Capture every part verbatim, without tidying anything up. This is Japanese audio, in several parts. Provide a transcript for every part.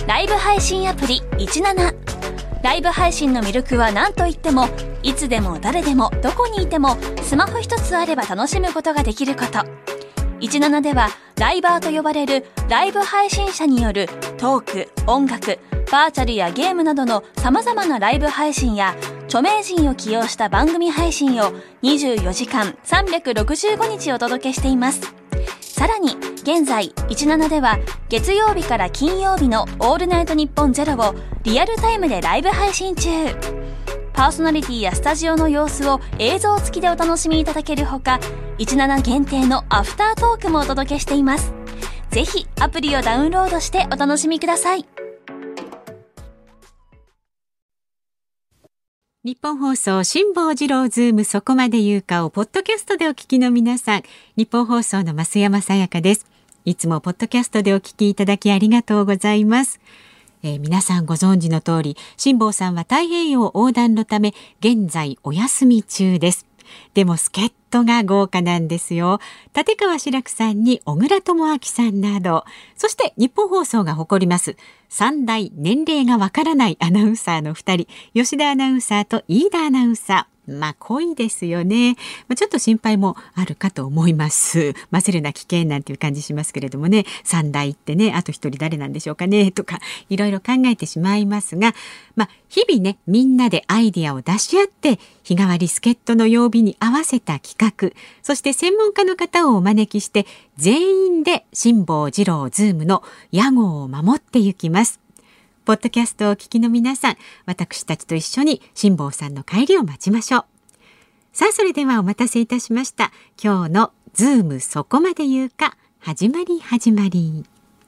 ライブ配信アプリいちなな。ライブ配信の魅力は何といっても、いつでも誰でもどこにいてもスマホ一つあれば楽しむことができること。いちななではライバーと呼ばれるライブ配信者によるトーク、音楽、バーチャルやゲームなどの様々なライブ配信や著名人を起用した番組配信をにじゅうよじかんさんびゃくろくじゅうごにちお届けしています。さらに現在いちななでは月曜日から金曜日のオールナイトニッポンゼロをリアルタイムでライブ配信中。パーソナリティやスタジオの様子を映像付きでお楽しみいただけるほか、いちなな限定のアフタートークもお届けしています。ぜひアプリをダウンロードしてお楽しみください。 日本放送辛坊治郎ズームそこまで言うかをポッドキャストでお聞きの皆さん、日本放送の増山さやかです。いつもポッドキャストでお聞きいただきありがとうございます。えー、皆さんご存知の通り、辛坊さんは太平洋横断のため現在お休み中です。でも助っ人が豪華なんですよ。立川志らくさんに小倉智昭さんなど、そして日本放送が誇ります三大年齢がわからないアナウンサーのふたり、吉田アナウンサーと飯田アナウンサー。まあ濃いですよね。まあ、ちょっと心配もあるかと思います。混ぜるな危険なんていう感じしますけれどもね、三大ってね、あと一人誰なんでしょうかねとかいろいろ考えてしまいますが、まあ日々ね、みんなでアイディアを出し合って日替わり助っ人の曜日に合わせた企画、そして専門家の方をお招きして全員で辛坊治郎ズームの屋号を守っていきます。ポッドキャストをお聞きの皆さん、私たちと一緒に辛坊さんの帰りを待ちましょう。さあ、それではお待たせいたしました。今日のズームそこまで言うか、始まり始まり。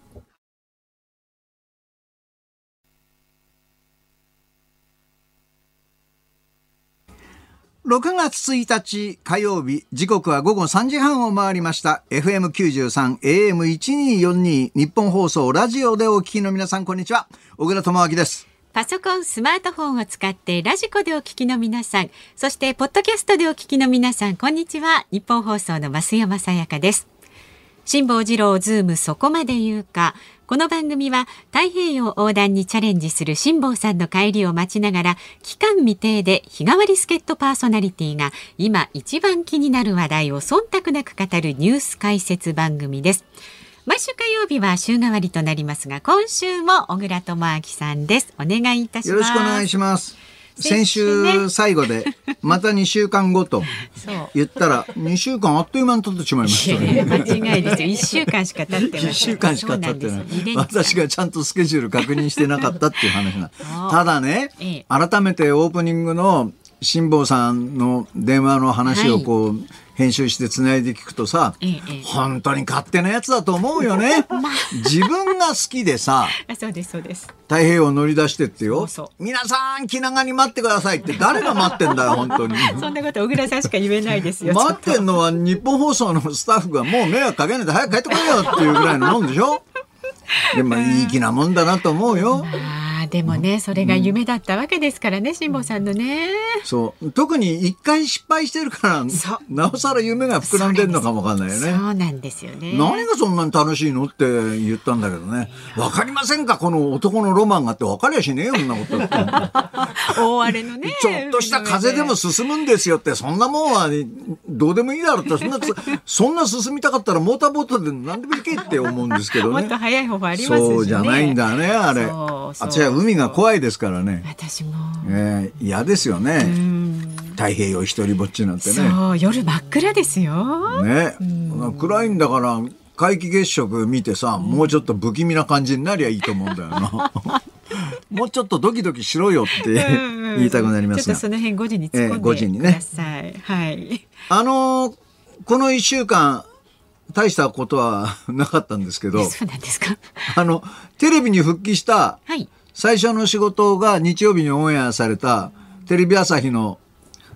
ろくがつついたち火曜日、時刻はごごさんじはんを回りました。 エフエムきゅうじゅうさん エーエムせんにひゃくよんじゅうに 日本放送ラジオでお聞きの皆さん、こんにちは。小倉智昭です。 パソコン、スマートフォンを使ってラジコでお聞きの皆さん、そしてポッドキャストでお聞きの皆さん、こんにちは。日本放送の増山さやかです。辛坊治郎ズームそこまで言うか。この番組は太平洋横断にチャレンジする辛坊さんの帰りを待ちながら、期間未定で日替わり助っ人パーソナリティが今一番気になる話題を忖度なく語るニュース解説番組です。毎週火曜日は週替わりとなりますが、今週も小倉智昭さんです。お願いいたします。 よろしくお願いします。先週最後でまたにしゅうかんごと言ったらにしゅうかんあっという間に経ってしまいましたね。 間違いですよ。いっしゅうかんしか経ってない。 いっしゅうかんしか経ってない。私がちゃんとスケジュール確認してなかったっていう話がただね、改めてオープニングの辛坊さんの電話の話をこう、はい、編集してつないで聞くとさ、ええ、本当に勝手なやつだと思うよね。自分が好きでさそうですそうです、 太平洋乗り出してってよ、 そうそう、 皆さん気長に待ってくださいって誰が待ってんだよ本当に。 そんなこと小倉さんしか言えないですよ。 待ってんのは日本放送のスタッフがもう迷惑かけないで早く帰ってこいよっていうぐらいのもんでしょ。でもいい気なもんだなと思うよ。 あでもね、それが夢だったわけですからね、辛坊さんのね。 そう特に一回失敗してるからなおさら夢が膨らんでるのかもわかんないよね。 そうなんですよね。 何がそんなに楽しいのって言ったんだけどね、わかりませんかこの男のロマンがって。分かりゃしねえよそんなこと大荒れのねちょっとした風でも進むんですよって、そんなもんはどうでもいいだろうって。そんなそんな進みたかったらモーターボートで何でもいけって思うんですけどね。 もっと早い方法ありますしね。 そうじゃないんだねあれ。 そうそう、 あっちは海が怖いですからね。 私も、 えー、嫌ですよね。太平洋一人ぼっちなんてね。 そう夜真っ暗ですよね。暗いんだから皆既月食見てさ、もうちょっと不気味な感じになりゃいいと思うんだよな。もうちょっとドキドキしろよって言いたくなりますが、 ちょっとその辺ごじに突っ込んでください、えー、はい。 あのー、このいっしゅうかん大したことはなかったんですけど。 そうなんですか。 あのテレビに復帰した最初の仕事が日曜日にオンエアされたテレビ朝日の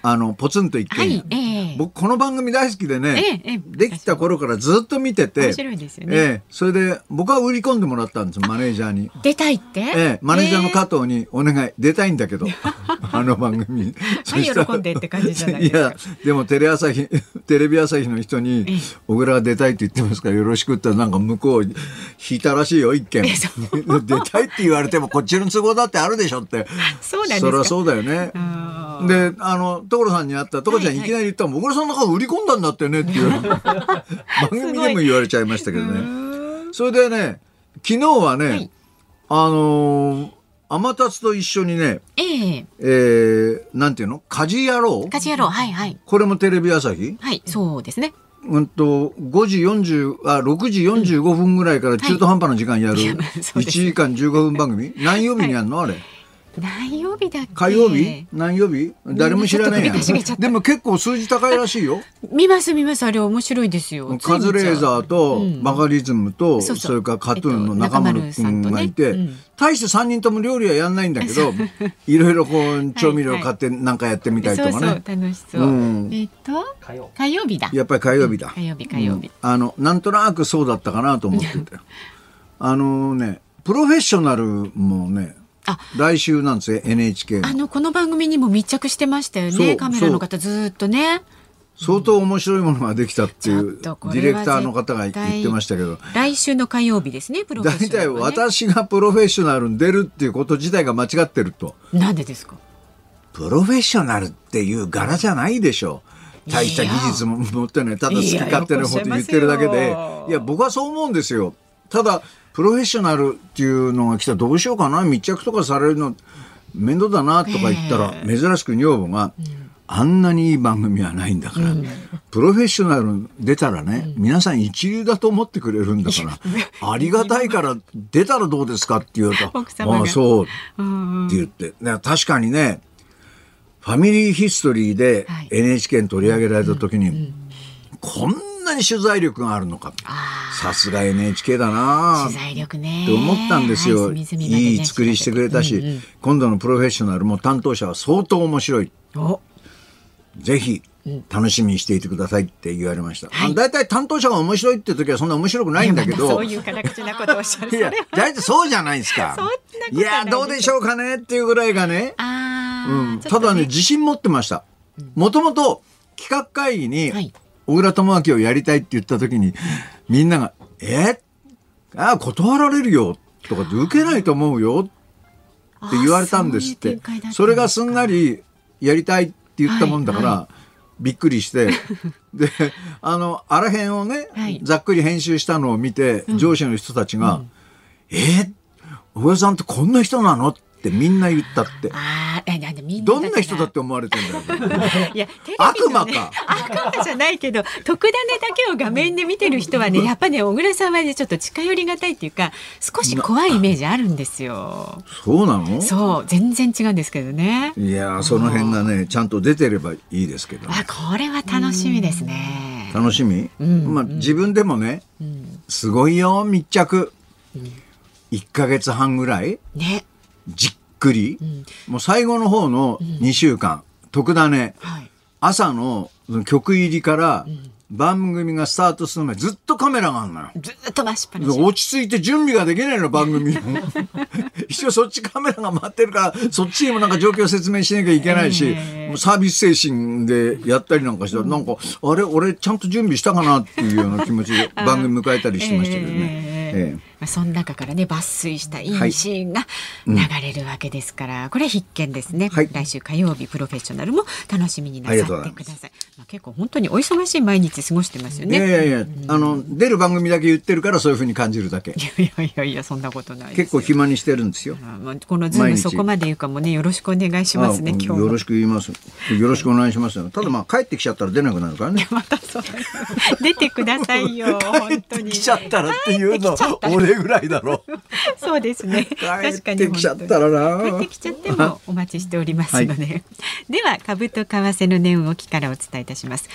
あのポツンと一軒家、はい、えー、僕この番組大好きでね、えーえー、できた頃からずっと見てて面白いですよね、 えー、それで僕は売り込んでもらったんですマネージャーに。 出たいって、 えー、マネージャーの加藤にお願い、出たいんだけどあの番組はい喜んでって感じじゃないですか。 いやでもテレ朝日テレビ朝日の人に小倉が出たいって言ってますからよろしくってなんか向こう引いたらしいよ一件出たいって言われてもこっちの都合だってあるでしょって。 そうなんですか。 そりゃそうだよね。であの所さんに会った所ちゃんいきなり言ったら、はいはい、小倉さんの中売り込んだんだってねっていう番組でも言われちゃいましたけどね。それでね昨日はね、はい、あのー、天達と一緒にね、えーえー、なんていうの家事やろう家事やろう、はいはい、 これもテレビ朝日、 はい、そうですね。 うんとごじよんじゅうあろくじよんじゅうごふんぐらいから中途半端な時間やるいちじかんじゅうごふん番組、何曜日にやるの、はい、あれ何曜日だっけ。 火曜日何曜日誰も知らないやん。でも結構数字高いらしいよ。 見ます見ます、あれ面白いですよ。 カズレーザーとバカリズムと、うん、それからカトゥーンの中丸君がいて、えっとねうん、大してさんにんとも料理はやんないんだけどいろいろこう調味料買ってなんかやってみたりとかね。 そうそう楽しそう、うん、えっと火曜日だ。 やっぱり火曜日だ、 うん、火曜日火曜日、うん、 あのなんとなくそうだったかなと思っててあのねプロフェッショナルもねあ来週なんですよ エヌエイチケーあのこの番組にも密着してましたよね。カメラの方ずっとね相当面白いものができたっていうディレクターの方が言ってましたけど、 来週の火曜日ですねプロフェッショナル、ね、 大体私がプロフェッショナルに出るっていうこと自体が間違ってると。 なんでですか。 プロフェッショナルっていう柄じゃないでしょ。大した技術も持ってない、ただ好き勝手なこと言ってるだけで。いや僕はそう思うんですよ。ただプロフェッショナルっていうのが来たらどうしようかな、密着とかされるの面倒だなとか言ったら、珍しく女房が、うん、あんなにいい番組はないんだから、うん、プロフェッショナル出たらね、うん、皆さん一流だと思ってくれるんだからありがたいから出たらどうですかって言うとああそうって言って、確かにねファミリーヒストリーで エヌエイチケー に取り上げられた時に、うんうん、こんなに取材力があるのか、さすが エヌエイチケー だな取材力ねって思ったんですよ、はい、 隅々までね、 いい作りしてくれたし、うんうん、今度のプロフェッショナルも担当者は相当面白い、ぜひ楽しみにしていてくださいって言われました。はい、だいたい担当者が面白いって時はそんな面白くないんだけど、 そういう辛口なことをおっしゃる。 いやだいたいそうじゃないですか。いやどうでしょうかねっていうぐらいがね、あ、うん、ただね自信持ってました。もともと企画会議に、はい、小倉智昭をやりたいって言った時にみんなが「えああ断られるよ」とかって「受けないと思うよ」って言われたんですって。それがすんなりやりたいって言ったもんだから、はいはい、びっくりしてであのあらへんをね、はい、ざっくり編集したのを見て、うん、上司の人たちが「うん、え小倉さんってこんな人なの?」ってみんな言ったって。ああ、なんでみんなどんな人だって思われてんだよ。いや、テレビのね、悪魔か。 悪魔じゃないけど、特ダネだけを画面で見てる人はね、やっぱね、小倉さんはね、ちょっと近寄りがたいっていうか、少し怖いイメージあるんですよ。 そうなの？ そう、全然違うんですけどね。 いや、その辺がね、ちゃんと出てればいいですけど、ね。 あ、これは楽しみですね。 楽しみ？うん、まあ、自分でもね、うん、すごいよ、密着。うん、いっかげつはんぐらい。ね。じっくり、うん、もう最後の方のにしゅうかん、うん、特ダネ、はい、朝の曲入りから番組がスタートする前ずっとカメラがあるのよ。 ずっと回しっぱなし。 落ち着いて準備ができないの番組一応そっちカメラが回ってるからそっちにもなんか状況説明しなきゃいけないし、えー、もうサービス精神でやったりなんかしたら、うん、なんかあれ俺ちゃんと準備したかなっていうような気持ちで番組迎えたりしてましたけどね。えーえーまあ、その中からね抜粋したいいシーンが流れるわけですから、はい、うん、これ必見ですね、はい、来週火曜日プロフェッショナルも楽しみになさってください。まあ、結構本当にお忙しい毎日過ごしてますよね。 いやいやいや、うん、あの出る番組だけ言ってるからそういう風に感じるだけ。 いやいやいやそんなことないですよ。 結構暇にしてるんですよ。 まあ、このズームそこまで言うかもねよろしくお願いしますね。今日もよろしく言います。よろしくお願いしますよ。ただまあ帰ってきちゃったら出なくなるからね。 またそう出てくださいよ本当に。 帰ってきちゃったらっていうの俺ぐらいだろう。 そうですね。 確かに帰ってきちゃったらな。 帰ってきちゃってもお待ちしておりますので。はい、では株と為替の値動きからお伝えいたします。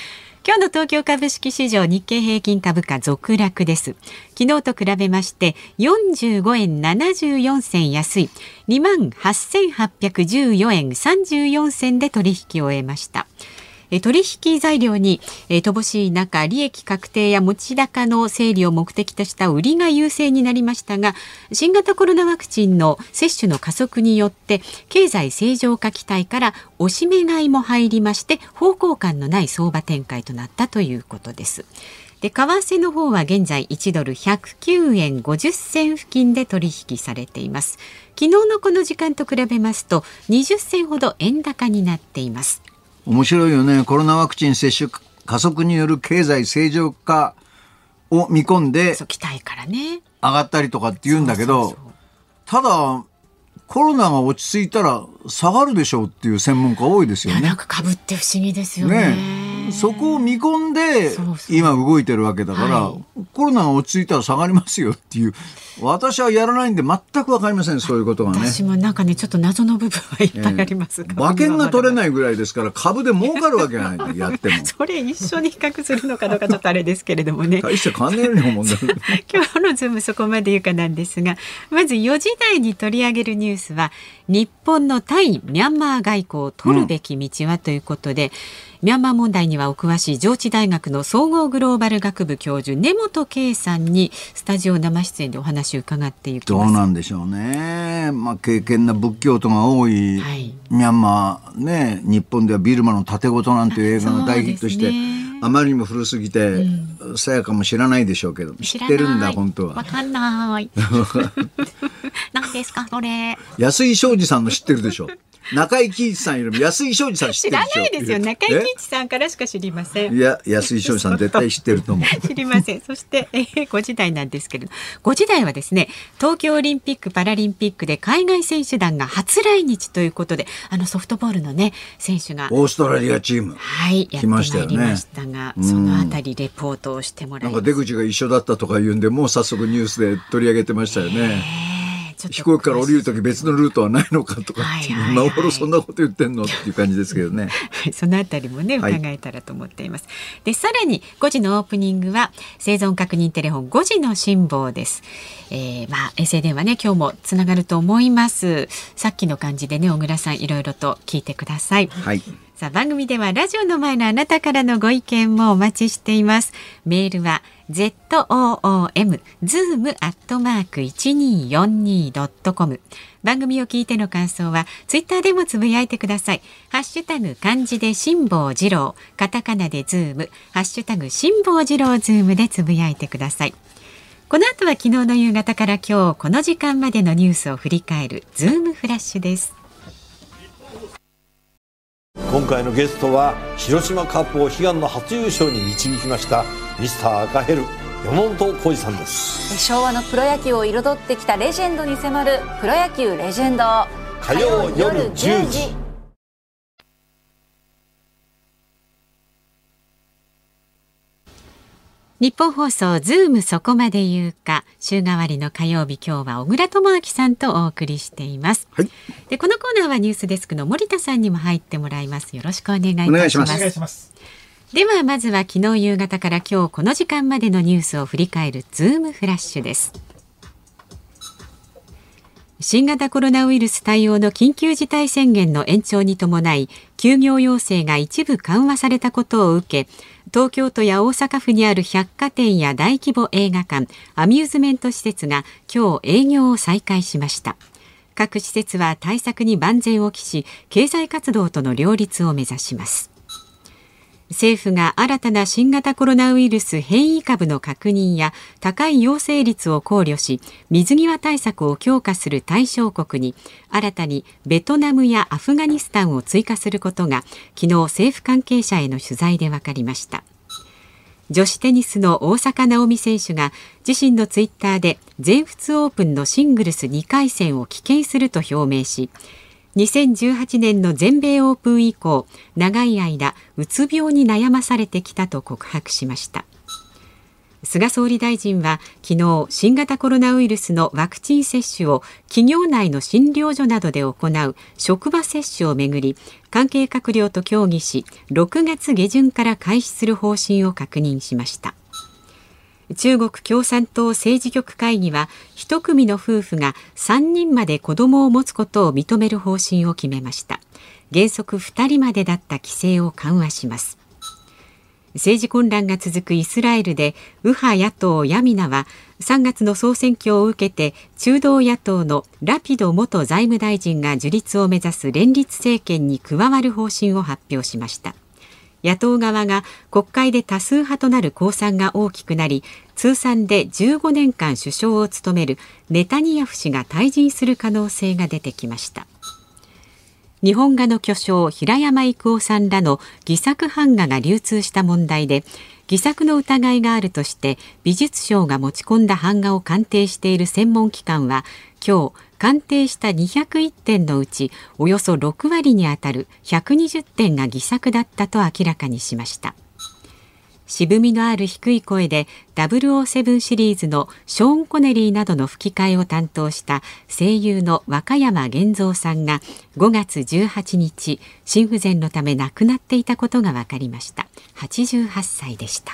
今日の東京株式市場、日経平均株価続落です。昨日と比べましてよんじゅうごえんななじゅうよんせん安い にまんはっせんはっぴゃくじゅうよえんさんじゅうよんせんで取引を終えました。取引材料に乏しい中、利益確定や持ち高の整理を目的とした売りが優勢になりましたが、新型コロナワクチンの接種の加速によって経済正常化期待から押し目買いも入りまして、方向感のない相場展開となったということです。で、為替の方は現在いちドルひゃくきゅうえんごじゅっせん付近で取引されています。昨日のこの時間と比べますとにじゅっせんほど円高になっています。 面白いよね。コロナワクチン接種加速による経済正常化を見込んで、 そう期待からね上がったりとかって言うんだけど、そうそうそう、ただコロナが落ち着いたら下がるでしょうっていう専門家多いですよね。 いや、なんか株って不思議ですよね。 ね、そこを見込んで今動いてるわけだから、はい、コロナが落ち着いたら下がりますよっていう。私はやらないんで全く分かりません、そういうことがね。 私もなんかね、ちょっと謎の部分はいっぱいあります、えー、 馬券が取れないぐらいですから、株で儲かるわけないんでやってもそれ一緒に比較するのかどうかちょっとあれですけれどもね大して変わんないように思うんだ今日のズームそこまで言うかなんですが、まずよじ台に取り上げるニュースは、日本の対ミャンマー外交を取るべき道はということで、うん、ミャンマー問題にはお詳しい上智大学の総合グローバル学部教授根本圭さんにスタジオ生出演でお話を伺っていきます。 どうなんでしょうね。まあ、敬虔な仏教徒が多い、はい、ミャンマーね、日本ではビルマの盾事なんていう映画が大ヒットして、あまりにも古すぎてさやかも知らないでしょうけど、知ってるんだ本当は。 わかんない何ですかそれ。 安井昌司さんの知ってるでしょ。中井貴一さんよりも安井昌司さん知ってるでしょ。 知らないですよ。中井貴一さんからしか知りません。 いや、安井昌司さん絶対知ってると思う。 知りません。そして、えー、ごじ台なんですけれど、ごじ台はですね、東京オリンピック・パラリンピックで海外選手団が初来日ということで、あのソフトボールのね選手がオーストラリアチーム、 はい、やってまいりましたが、そのあたりレポートをしてもらいます。 なんか出口が一緒だったとか言うんで、もう早速ニュースで取り上げてましたよね。飛行機から降りるとき別のルートはないのかとか、今頃そんなこと言ってんのっていう感じですけどねそのあたりもね伺えたらと思っています、はい、でさらにごじのオープニングは生存確認テレフォンごじの辛抱です。えー、まあ衛星電話ね今日もつながると思います。さっきの感じでね小倉さんいろいろと聞いてください。 はい。 さあ番組ではラジオの前のあなたからのご意見もお待ちしています。メールは ズーム ズーム アットマーク いちにーよんにー ドットコム 番組を聞いての感想はツイッターでもつぶやいてください。ハッシュタグ漢字で辛坊治郎、カタカナでズーム、ハッシュタグ辛坊治郎ズームでつぶやいてください。この後は昨日の夕方から今日この時間までのニュースを振り返るズームフラッシュです。 今回のゲストは広島カップを悲願の初優勝に導きましたミスター赤ヘル山本浩二さんです。 昭和のプロ野球を彩ってきたレジェンドに迫るプロ野球レジェンド、 火曜夜じゅうじ。 日本放送ズームそこまで言うか、週替わりの火曜日、今日は小倉智昭さんとお送りしています、はい、でこのコーナーはニュースデスクの森田さんにも入ってもらいます。よろしくお願いいたします。 お願いします。お願いします。 ではまずは昨日夕方から今日この時間までのニュースを振り返るズームフラッシュです。新型コロナウイルス対応の緊急事態宣言の延長に伴い休業要請が一部緩和されたことを受け、東京都や大阪府にある百貨店や大規模映画館、アミューズメント施設が今日営業を再開しました。各施設は対策に万全を期し、経済活動との両立を目指します。政府が新たな新型コロナウイルス変異株の確認や高い陽性率を考慮し、水際対策を強化する対象国に新たにベトナムやアフガニスタンを追加することが昨日政府関係者への取材で分かりました。女子テニスの大坂なおみ選手が自身のツイッターで全仏オープンのシングルスにかい戦を棄権すると表明し、にせんじゅうはちねんの全米オープン以降、長い間うつ病に悩まされてきたと告白しました。 菅総理大臣は昨日、新型コロナウイルスのワクチン接種を企業内の診療所などで行う職場接種をめぐり、関係閣僚と協議し、ろくがつげじゅんから開始する方針を確認しました。中国共産党政治局会議は、一組の夫婦がさんにんまで子供を持つことを認める方針を決めました。原則ふたりまでだった規制を緩和します。政治混乱が続くイスラエルで、右派野党ヤミナはさんがつの総選挙を受けて、中道野党のラピド元財務大臣が樹立を目指す連立政権に加わる方針を発表しました。野党側が国会で多数派となる公算が大きくなり、通算でじゅうごねんかん首相を務めるネタニヤフ氏が退陣する可能性が出てきました。日本画の巨匠平山郁夫さんらの偽作版画が流通した問題で、偽作の疑いがあるとして美術商が持ち込んだ版画を鑑定している専門機関は、今日鑑定したにひゃくいってんのうちおよそろくわりにあたるひゃくにじゅってんが偽作だったと明らかにしました。渋みのある低い声でダブルオーセブンシリーズのショーン・コネリーなどの吹き替えを担当した声優の若山源三さんがごがつじゅうはちにち、心不全のため亡くなっていたことが分かりました。はちじゅうはっさいでした。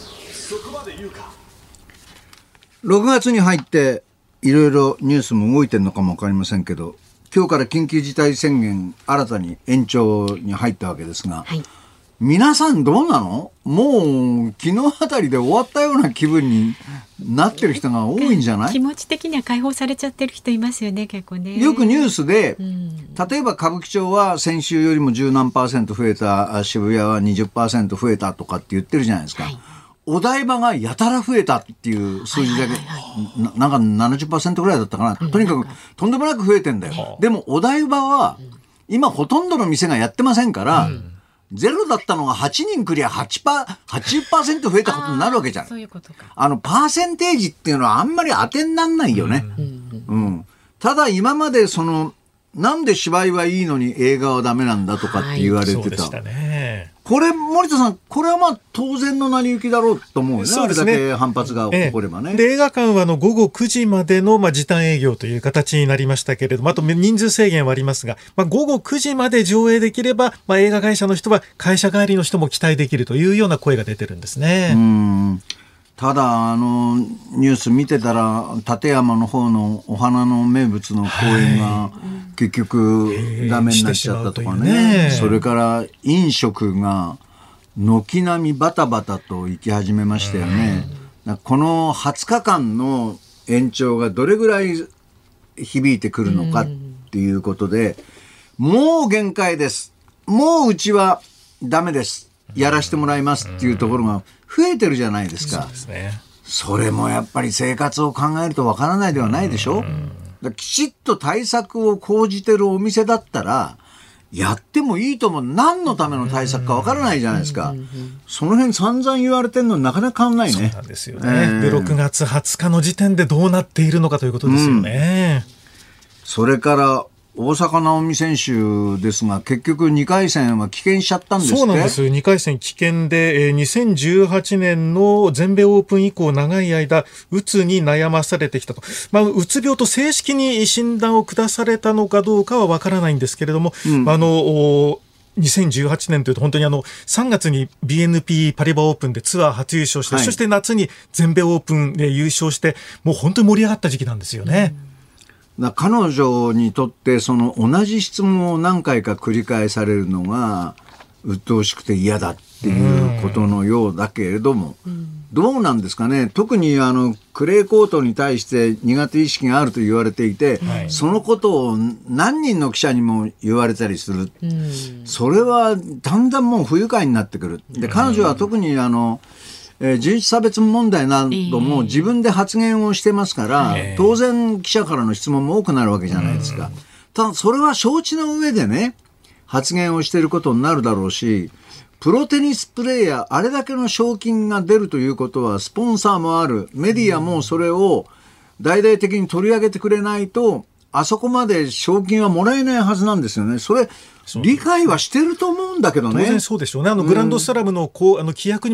ろくがつに入っていろいろニュースも動いてるのかも分かりませんけど、今日から緊急事態宣言新たに延長に入ったわけですが、はい、皆さんどうなの？もう昨日あたりで終わったような気分になってる人が多いんじゃない？ 気持ち的には解放されちゃってる人いますよね、結構ね。 よくニュースで、うん、例えば歌舞伎町は先週よりも十何パーセント増えた、渋谷は にじゅっパーセント 増えたとかって言ってるじゃないですか、はい、お台場がやたら増えたっていう数字だけ、はいはいはいな、なんか ななじゅっパーセント ぐらいだったかな、うん、とにかくとんでもなく増えてんだよ、うん、でもお台場は今ほとんどの店がやってませんから、うんゼロだったのがはちにんくりゃ はちパーセント、はちじゅっパーセント 増えたことになるわけじゃん。 そういうことか。 あの、パーセンテージっていうのはあんまり当てにならないよね。うんうん、ただ今までその、なんで芝居はいいのに映画はダメなんだとかって言われてた。はい、そうでしたね。これ、森田さん、これはまあ当然の成り行きだろうと思うね。そうですね。あれだけ反発が起こればね。 ええ、で映画館はあの午後くじまでのまあ時短営業という形になりましたけれども、あと人数制限はありますが、まあ、午後くじまで上映できれば、まあ、映画会社の人は会社帰りの人も期待できるというような声が出てるんですね。 うんただあのニュース見てたら立山の方のお花の名物の公園が結局ダメになっちゃったとかね、ねそれから飲食が軒並みバタバタと行き始めましたよね。このはつかかんの延長がどれぐらい響いてくるのかっていうことで、もう限界です、もううちはダメです、やらせてもらいますっていうところが増えてるじゃないですか。そうですね。それもやっぱり生活を考えるとわからないではないでしょ。だきちっと対策を講じてるお店だったらやってもいいと思う。何のための対策かわからないじゃないですか。その辺散々言われてるのになかなか変わんないね。 そうなんですよね、えー、でろくがつはつかの時点でどうなっているのかということですよね、うん、 それから大坂なおみ選手ですが、結局にかい戦は棄権しちゃったんですって。 そうなんです。にかい戦棄権で、えー、にせんじゅうはちねんの全米オープン以降長い間うつに悩まされてきたと、まあ、うつ病と正式に診断を下されたのかどうかはわからないんですけれども、うん、あのにせんじゅうはちねんというと本当にあのさんがつに ビーエヌピー パリバオープンでツアー初優勝して、はい、そして夏に全米オープンで優勝して、もう本当に盛り上がった時期なんですよね、うん彼女にとってその同じ質問を何回か繰り返されるのが鬱陶しくて嫌だっていうことのようだけれども、どうなんですかね。特にあのクレーコートに対して苦手意識があると言われていて、はい、そのことを何人の記者にも言われたりする。それはだんだんもう不愉快になってくる。で彼女は特にあのえー、人種差別問題なども自分で発言をしてますから、えー、当然記者からの質問も多くなるわけじゃないですか。ただそれは承知の上でね発言をしていることになるだろうし、プロテニスプレーヤーあれだけの賞金が出るということはスポンサーもある、メディアもそれを大々的に取り上げてくれないとあそこまで賞金はもらえないはずなんですよね。それ理解はしてると思うんだけどね。 当然そうでしょうね。あのグランドスラムのこうあの規約にも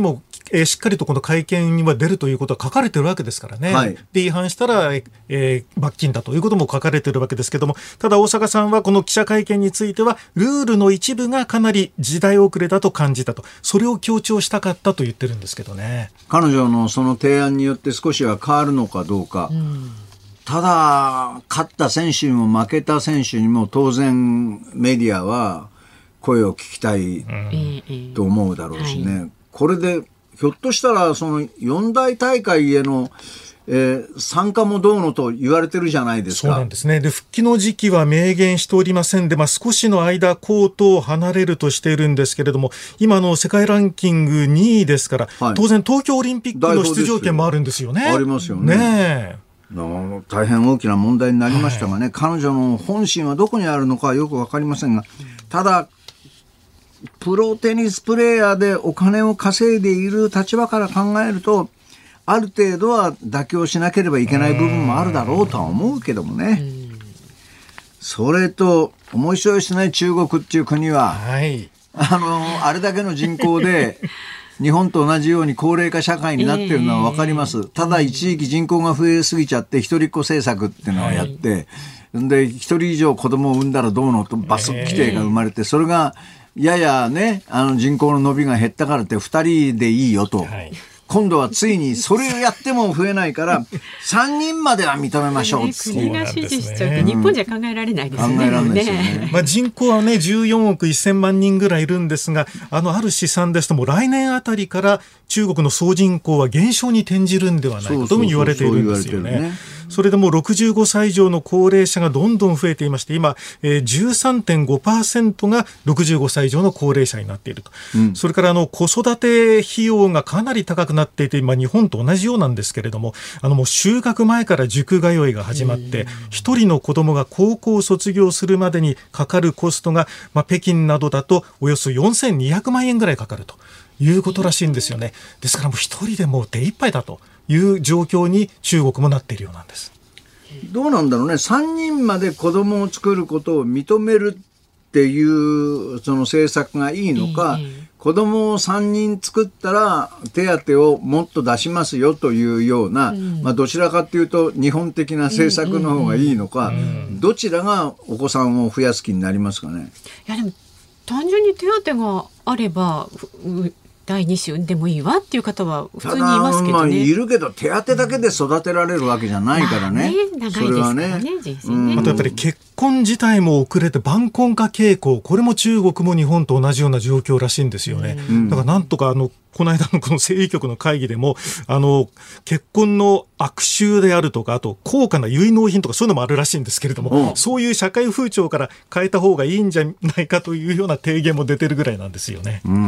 えー、しっかりとこの会見には出るということは書かれてるわけですからね、はい、で違反したら、えー、罰金だということも書かれてるわけですけども、ただ大阪さんはこの記者会見についてはルールの一部がかなり時代遅れだと感じたと、それを強調したかったと言ってるんですけどね。 彼女のその提案によって少しは変わるのかどうか、うん、ただ勝った選手にも負けた選手にも当然メディアは声を聞きたいと思うだろうしね、うんはい、これでひょっとしたらその四大大会へのえー、参加もどうのと言われてるじゃないですか。 そうなんですね。で、復帰の時期は明言しておりませんで、まあ、少しの間コートを離れるとしているんですけれども、今の世界ランキングにいですから、はい、当然東京オリンピックの出場権もあるんですよね。 ありますよね。ねえ、大変大きな問題になりましたがね、はい、彼女の本心はどこにあるのかはよく分かりませんが、ただプロテニスプレーヤーでお金を稼いでいる立場から考えると、ある程度は妥協しなければいけない部分もあるだろうとは思うけどもね。それと面白いしない中国っていう国は、はい、あのあれだけの人口で日本と同じように高齢化社会になっているのは分かります。ただ一時期人口が増えすぎちゃって一人っ子政策っていうのをやって、はい、で一人以上子供を産んだらどうのとバス規定が生まれて、それがややね、あの人口の伸びが減ったからってふたりでいいよと、はい、今度はついにそれをやっても増えないからさんにんまでは認めましょうって国が指示しちゃうと日本じゃ考えられないですよね。考えられないですよね。 まあ、人口はねじゅうよんおくせんまんにんぐらいいるんですが、あのある試算ですともう来年あたりから中国の総人口は減少に転じるんではないかとも言われているんですよね。それでもろくじゅうごさい以上の高齢者がどんどん増えていまして、今、えー、じゅうさんてんごパーセント がろくじゅうごさい以上の高齢者になっていると、うん、それからあの子育て費用がかなり高くなっていて、今日本と同じようなんですけれども、あのもう就学前から塾通いが始まって一人の子供が高校を卒業するまでにかかるコストが、まあ、北京などだとおよそよんせんにひゃくまんえんぐらいかかるということらしいんですよね。ですからもう一人でもう手一杯だという状況に中国もなっているようなんです。 どうなんだろうね。さんにんまで子供を作ることを認めるっていうその政策がいいのか、えー、子供をさんにん作ったら手当をもっと出しますよというような、うん、まあ、どちらかというと日本的な政策の方がいいのか、うんうんうん、どちらがお子さんを増やす気になりますかね。 いやでも単純に手当があれば第二子産んでもいいわっていう方は普通にいますけどね。 まあ、いるけど手当だけで育てられるわけじゃないからね。 まあ、ね長いですからね、人生ね。 あとやっぱり結婚自体も遅れて晩婚化傾向、これも中国も日本と同じような状況らしいんですよね。だからなんとかあのこの間のこの政治局の会議でもあの結婚の悪習であるとか、あと高価な結納品とかそういうのもあるらしいんですけれども、うん、そういう社会風潮から変えた方がいいんじゃないかというような提言も出てるぐらいなんですよね。 うん、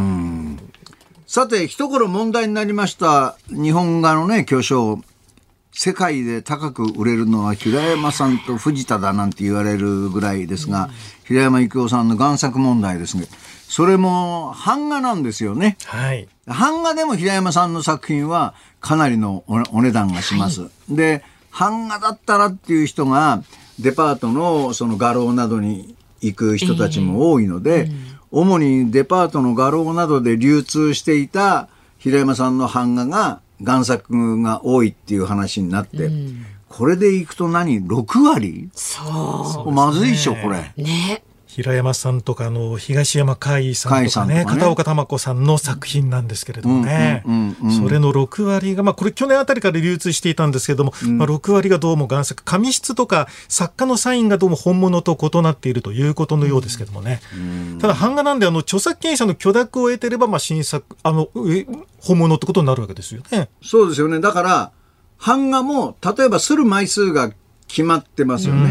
さて一頃問題になりました日本画のね巨匠、世界で高く売れるのは平山さんと藤田だなんて言われるぐらいですが、うん、平山郁夫さんの贋作問題ですね。それも版画なんですよね、はい、版画でも平山さんの作品はかなりの お, お値段がします、はい、で版画だったらっていう人がデパート の, その画廊などに行く人たちも多いので、えーうん、主にデパートの画廊などで流通していた平山さんの版画が贋作が多いっていう話になって、うん、これでいくと何ろくわり？そうまずいでしょこれね。 平山さんとかの東山海さんとかね、とかね片岡玉子さんの作品なんですけれどもね、うんうんうんうん、それのろくわりが、まあ、これ去年あたりから流通していたんですけれども、うんまあ、ろくわりがどうも贋作、紙質とか作家のサインがどうも本物と異なっているということのようですけどもね、うん、ただ版画なんであの著作権者の許諾を得てれば、まあ、新作あの本物ってことになるわけですよね。 そうですよね。だから版画も例えば刷る枚数が決まってますよね、うん、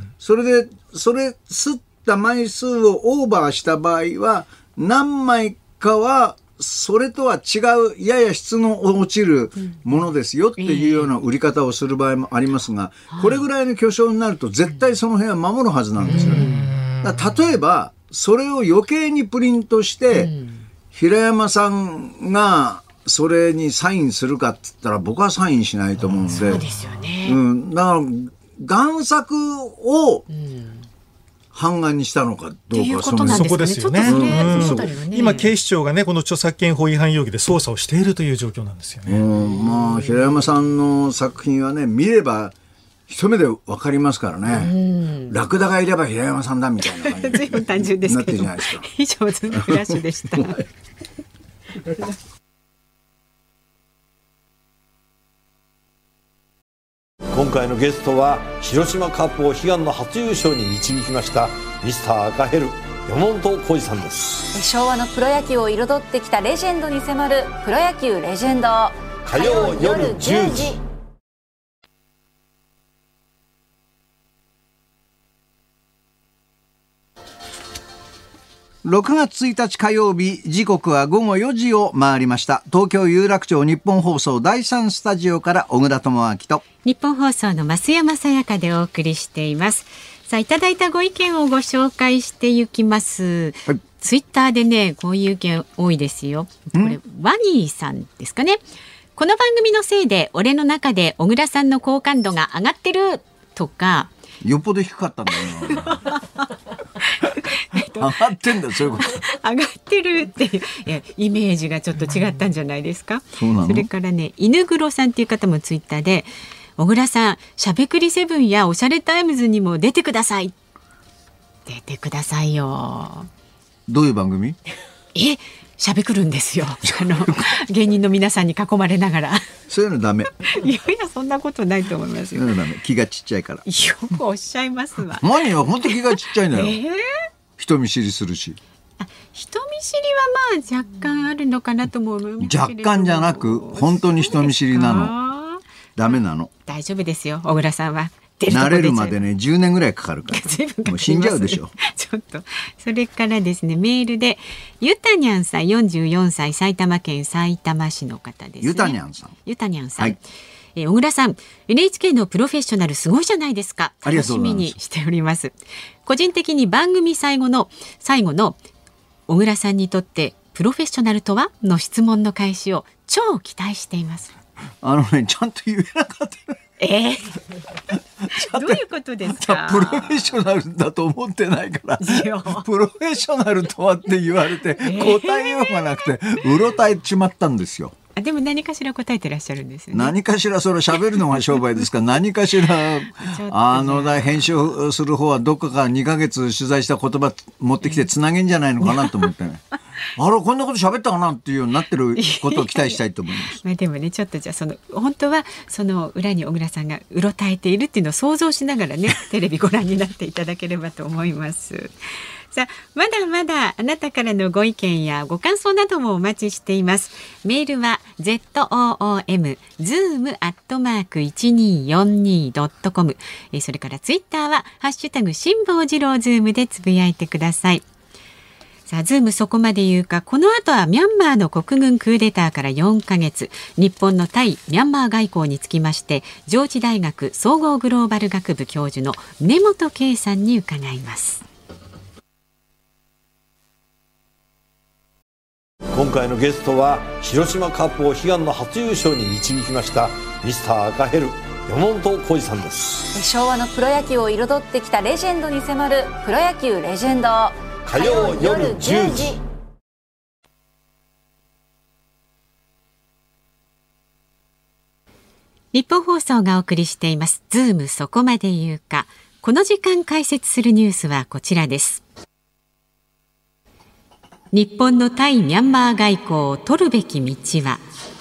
それでそれ刷った枚数をオーバーした場合は何枚かはそれとは違うやや質の落ちるものですよっていうような売り方をする場合もありますが、これぐらいの巨匠になると絶対その辺は守るはずなんですよね。だから例えばそれを余計にプリントして平山さんがそれにサインするかって言ったら僕はサインしないと思うんで、 そうですよね、 うん、だから贋作を犯案にしたのかどうか、 そこですよね。今警視庁がねこの著作権法違反容疑で捜査をしているという状況なんですよね。 まあ、平山さんの作品はね見れば一目で分かりますからね。ラクダがいれば平山さんだみたいな感じ随分単純ですけど。 なってるじゃないですか。 以上ズームフラッシュでした。 今回のゲストは広島カップを悲願の初優勝に導きましたミスター赤ヘル山本浩二さんです。 昭和のプロ野球を彩ってきたレジェンドに迫るプロ野球レジェンド、 火曜夜じゅうじ。 ろくがつついたち火曜日、時刻はごごよじを回りました。東京有楽町日本放送だいさんスタジオから小倉智昭と日本放送の増山さやかでお送りしています。さあ、いただいたご意見をご紹介していきます、はい、ツイッターでねこういう意見多いですよ。これワニーさんですかね。この番組のせいで俺の中で小倉さんの好感度が上がってるとか、 よっぽど低かったんだよな上がってんだ、そういうこと上がってるっていういやイメージがちょっと違ったんじゃないですか。 そうなの。 それからね、犬黒さんっていう方もツイッターで、小倉さんしゃべくりセブンやおしゃれタイムズにも出てください。出てくださいよ。 どういう番組？ えしゃべくるんですよ。あの芸人の皆さんに囲まれながらそういうのダメ。 いやいやそんなことないと思いますよ。 そういうのダメ。気がちっちゃいから。 よくおっしゃいますわ。 マニは本当気がちっちゃいんだよ、えー、 人見知りするし。 あ、人見知りはまあ若干あるのかなとも思いますけれども、 若干じゃなく本当に人見知りなの。ダメなの。 大丈夫ですよ小倉さんは。 慣れるまでねじゅうねんぐらいかかるからもう死んじゃうでしょちょっと。それからですね、メールでゆたにゃんさんよんじゅうよんさい埼玉県さいたま市の方ですね。 ゆたにゃんさんゆたにゃんさん、 はい、 えー、小倉さん エヌエイチケー のプロフェッショナルすごいじゃないですか。楽しみにしております。個人的に番組最後の最後の小倉さんにとってプロフェッショナルとはの質問の開始を超期待しています。 あのねちゃんと言えなかったえー、どういうことですか。 プロフェッショナルだと思ってないからプロフェッショナルとはって言われて答えようがなくてうろたえちまったんですよ。 あ、でも何かしら答えてらっしゃるんですよね。 何かしらそれ喋るのが商売ですから何かしらあの編集する方はどっかからにかげつ取材した言葉持ってきてつなげんじゃないのかなと思ってねあれこんなこと喋ったかなっていうようになってることを期待したいと思いますまあでもねちょっとじゃあその本当はその裏に小倉さんがうろたえているっていうのを想像しながらねテレビご覧になっていただければと思います。さあ、まだまだあなたからのご意見やご感想などもお待ちしています。メールは ズーム アットマーク いちにーよんにー ドットコム、 それからツイッターはハッシュタグ辛坊治郎ズームでつぶやいてください。さあ、ズームそこまで言うか。この後はミャンマーの国軍クーデターからよんかげつ、日本の対ミャンマー外交につきまして上智大学総合グローバル学部教授の根本圭さんに伺います。 今回のゲストは広島カップを悲願の初優勝に導きましたミスター赤ヘル山本浩二さんです。 昭和のプロ野球を彩ってきたレジェンドに迫るプロ野球レジェンド、 火曜夜じゅうじ。 日本放送がお送りしていますズームそこまで言うか。この時間解説するニュースはこちらです。日本の対ミャンマー外交を取るべき道は。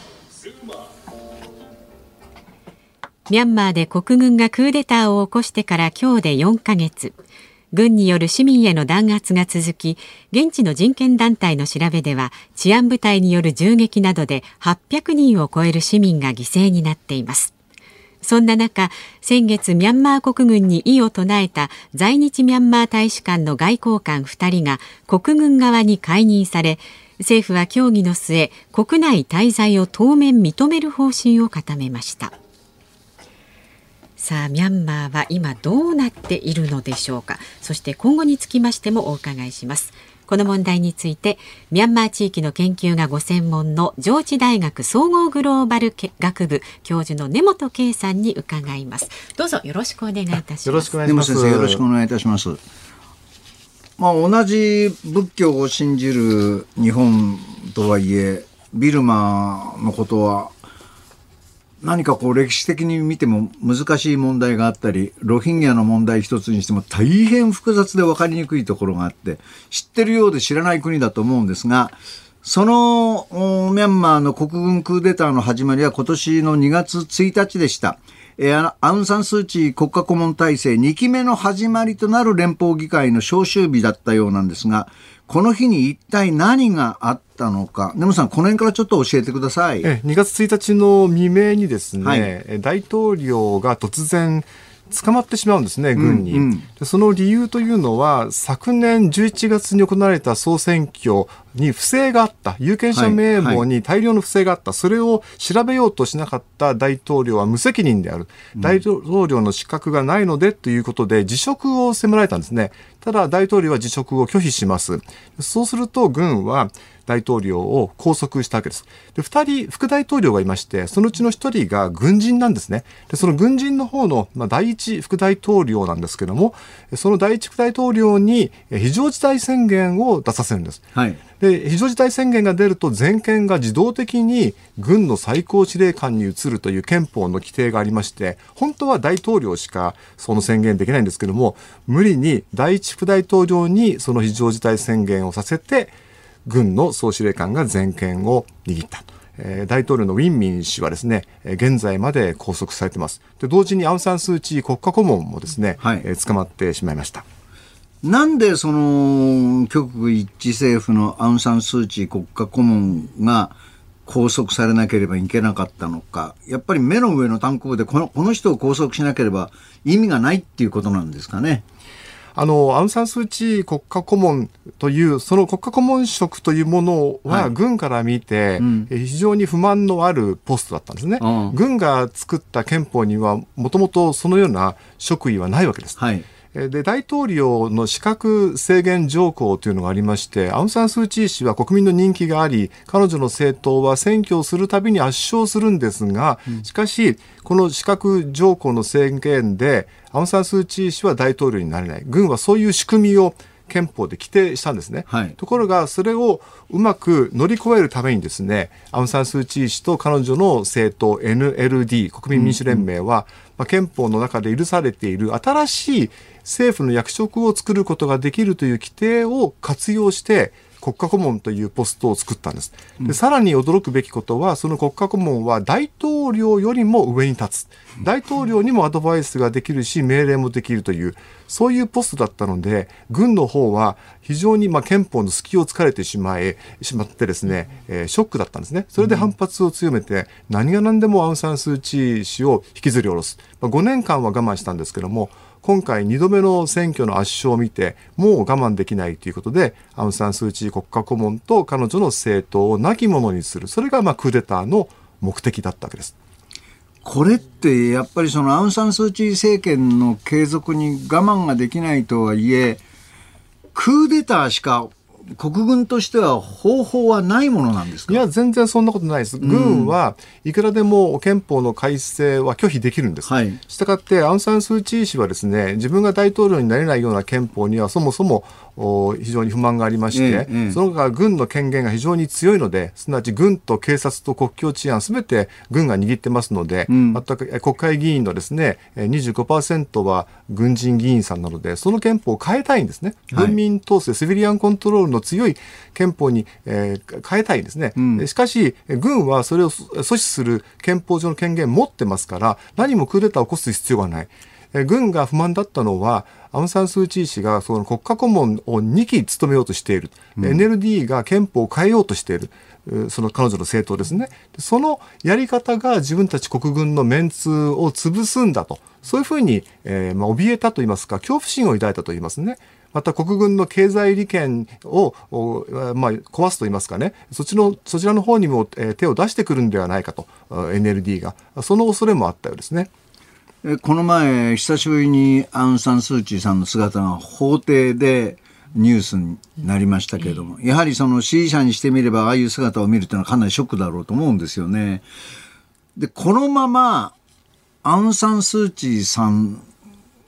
ミャンマーで国軍がクーデターを起こしてから今日でよんかげつ、軍による市民への弾圧が続き、現地の人権団体の調べでは治安部隊による銃撃などではっぴゃくにんを超える市民が犠牲になっています。そんな中、先月ミャンマー国軍に異を唱えた在日ミャンマー大使館の外交官ふたりが国軍側に解任され、政府は協議の末、国内滞在を当面認める方針を固めました。さあ、ミャンマーは今どうなっているのでしょうか。そして今後につきましてもお伺いします。この問題についてミャンマー地域の研究がご専門の上智大学総合グローバル学部教授の根本圭さんに伺います。どうぞよろしくお願いいたします。 よろしくお願いします。 根本先生、よろしくお願いいたします。 まあ、同じ仏教を信じる日本とはいえビルマのことは何かこう歴史的に見ても難しい問題があったり、ロヒンギャの問題一つにしても大変複雑で分かりにくいところがあって、知ってるようで知らない国だと思うんですが、そのミャンマーの国軍クーデターの始まりは今年のにがつついたちでした。えー、アウンサンスーチー国家顧問体制にきめの始まりとなる連邦議会の召集日だったようなんですが、この日に一体何があったのか、根本さん、この辺からちょっと教えてください。 えにがつついたちの未明にですね、はい、大統領が突然捕まってしまうんですね、軍に、うんうん、でその理由というのは昨年じゅういちがつに行われた総選挙に不正があった、有権者名簿に大量の不正があった、はいはい、それを調べようとしなかった大統領は無責任である、うん、大統領の資格がないのでということで辞職を迫られたんですね。ただ大統領は辞職を拒否します。そうすると軍は大統領を拘束したわけです。で、ふたり副大統領がいまして、そのうちのひとりが軍人なんですね。で、その軍人の方の、まあ、第一副大統領なんですけども、その第一副大統領に非常事態宣言を出させるんです。はい。で、非常事態宣言が出ると全権が自動的に軍の最高司令官に移るという憲法の規定がありまして、本当は大統領しかその宣言できないんですけども、無理に第一副大統領にその非常事態宣言をさせて、軍の総司令官が全権を握った、えー、大統領のウィンミン氏はですね、現在まで拘束されています。で、同時にアウンサンスーチー国家顧問もですね、はい、えー、捕まってしまいました。 なんでその極右一致政府のアウンサンスーチー国家顧問が拘束されなければいけなかったのか、やっぱり目の上の単行部でこの、この人を拘束しなければ意味がないっていうことなんですかね。 あのアウンサンスーチー国家顧問というその国家顧問職というものは、はい、軍から見て、うん、非常に不満のあるポストだったんですね、うん、軍が作った憲法にはもともとそのような職位はないわけです、はい。で、大統領の資格制限条項というのがありまして、アウンサンスーチー氏は国民の人気があり、彼女の政党は選挙をするたびに圧勝するんですが、うん、しかしこの資格条項の制限でアウンサンスーチー氏は大統領になれない。軍はそういう仕組みを憲法で規定したんですね、はい。ところがそれをうまく乗り越えるためにですね、アウンサンスーチー氏と彼女の政党 エヌエルディー 国民民主連盟は、うんうん、まあ、憲法の中で許されている新しい政府の役職を作ることができるという規定を活用して国家顧問というポストを作ったんです。で、さらに驚くべきことは、その国家顧問は大統領よりも上に立つ、大統領にもアドバイスができるし命令もできるという、そういうポストだったので、軍の方は非常にまあ憲法の隙を突かれてしまいしまってですね、えー、ショックだったんですね。それで反発を強めて、何が何でもアウンサンスーチー氏を引きずり下ろす、まあ、ごねんかんは我慢したんですけども、今回にどめの選挙の圧勝を見てもう我慢できないということで、アウンサンスーチー国家顧問と彼女の政党を亡き者にする、それがまあクーデターの目的だったわけです。 これってやっぱりそのアウンサンスーチー政権の継続に我慢ができないとはいえ、クーデターしか国軍としては方法はないものなんですか。 いや、全然そんなことないです。軍はいくらでも憲法の改正は拒否できるんです、はい。したがってアウンサンスーチー氏はですね、自分が大統領になれないような憲法にはそもそも非常に不満がありまして、ええ、その他軍の権限が非常に強いので、すなわち軍と警察と国境治安すべて軍が握ってますので、うん、全く国会議員のですね にじゅうごパーセント は軍人議員さんなので、その憲法を変えたいんですね、はい、軍民統制シビリアンコントロールの強い憲法に、えー、変えたいんですね、うん、しかし軍はそれを阻止する憲法上の権限を持ってますから、何もクーデターを起こす必要がない。軍が不満だったのは、アウンサンスーチー氏がその国家顧問をにき務めようとしている、うん、エヌエルディー が憲法を変えようとしている、その彼女の政党ですね。そのやり方が自分たち国軍のメンツを潰すんだと、そういうふうに、えーまあ、怯えたといいますか、恐怖心を抱いたといいますね。また国軍の経済利権を、まあ、壊すといいますかね、そっちのそちらの方にも、えー、手を出してくるんではないかと、エヌエルディー がその恐れもあったようですね。 この前久しぶりにアウン・サン・スー・チーさんの姿が法廷でニュースになりましたけれども、やはりその支持者にしてみればああいう姿を見るというのはかなりショックだろうと思うんですよね。で、このままアウン・サン・スー・チーさん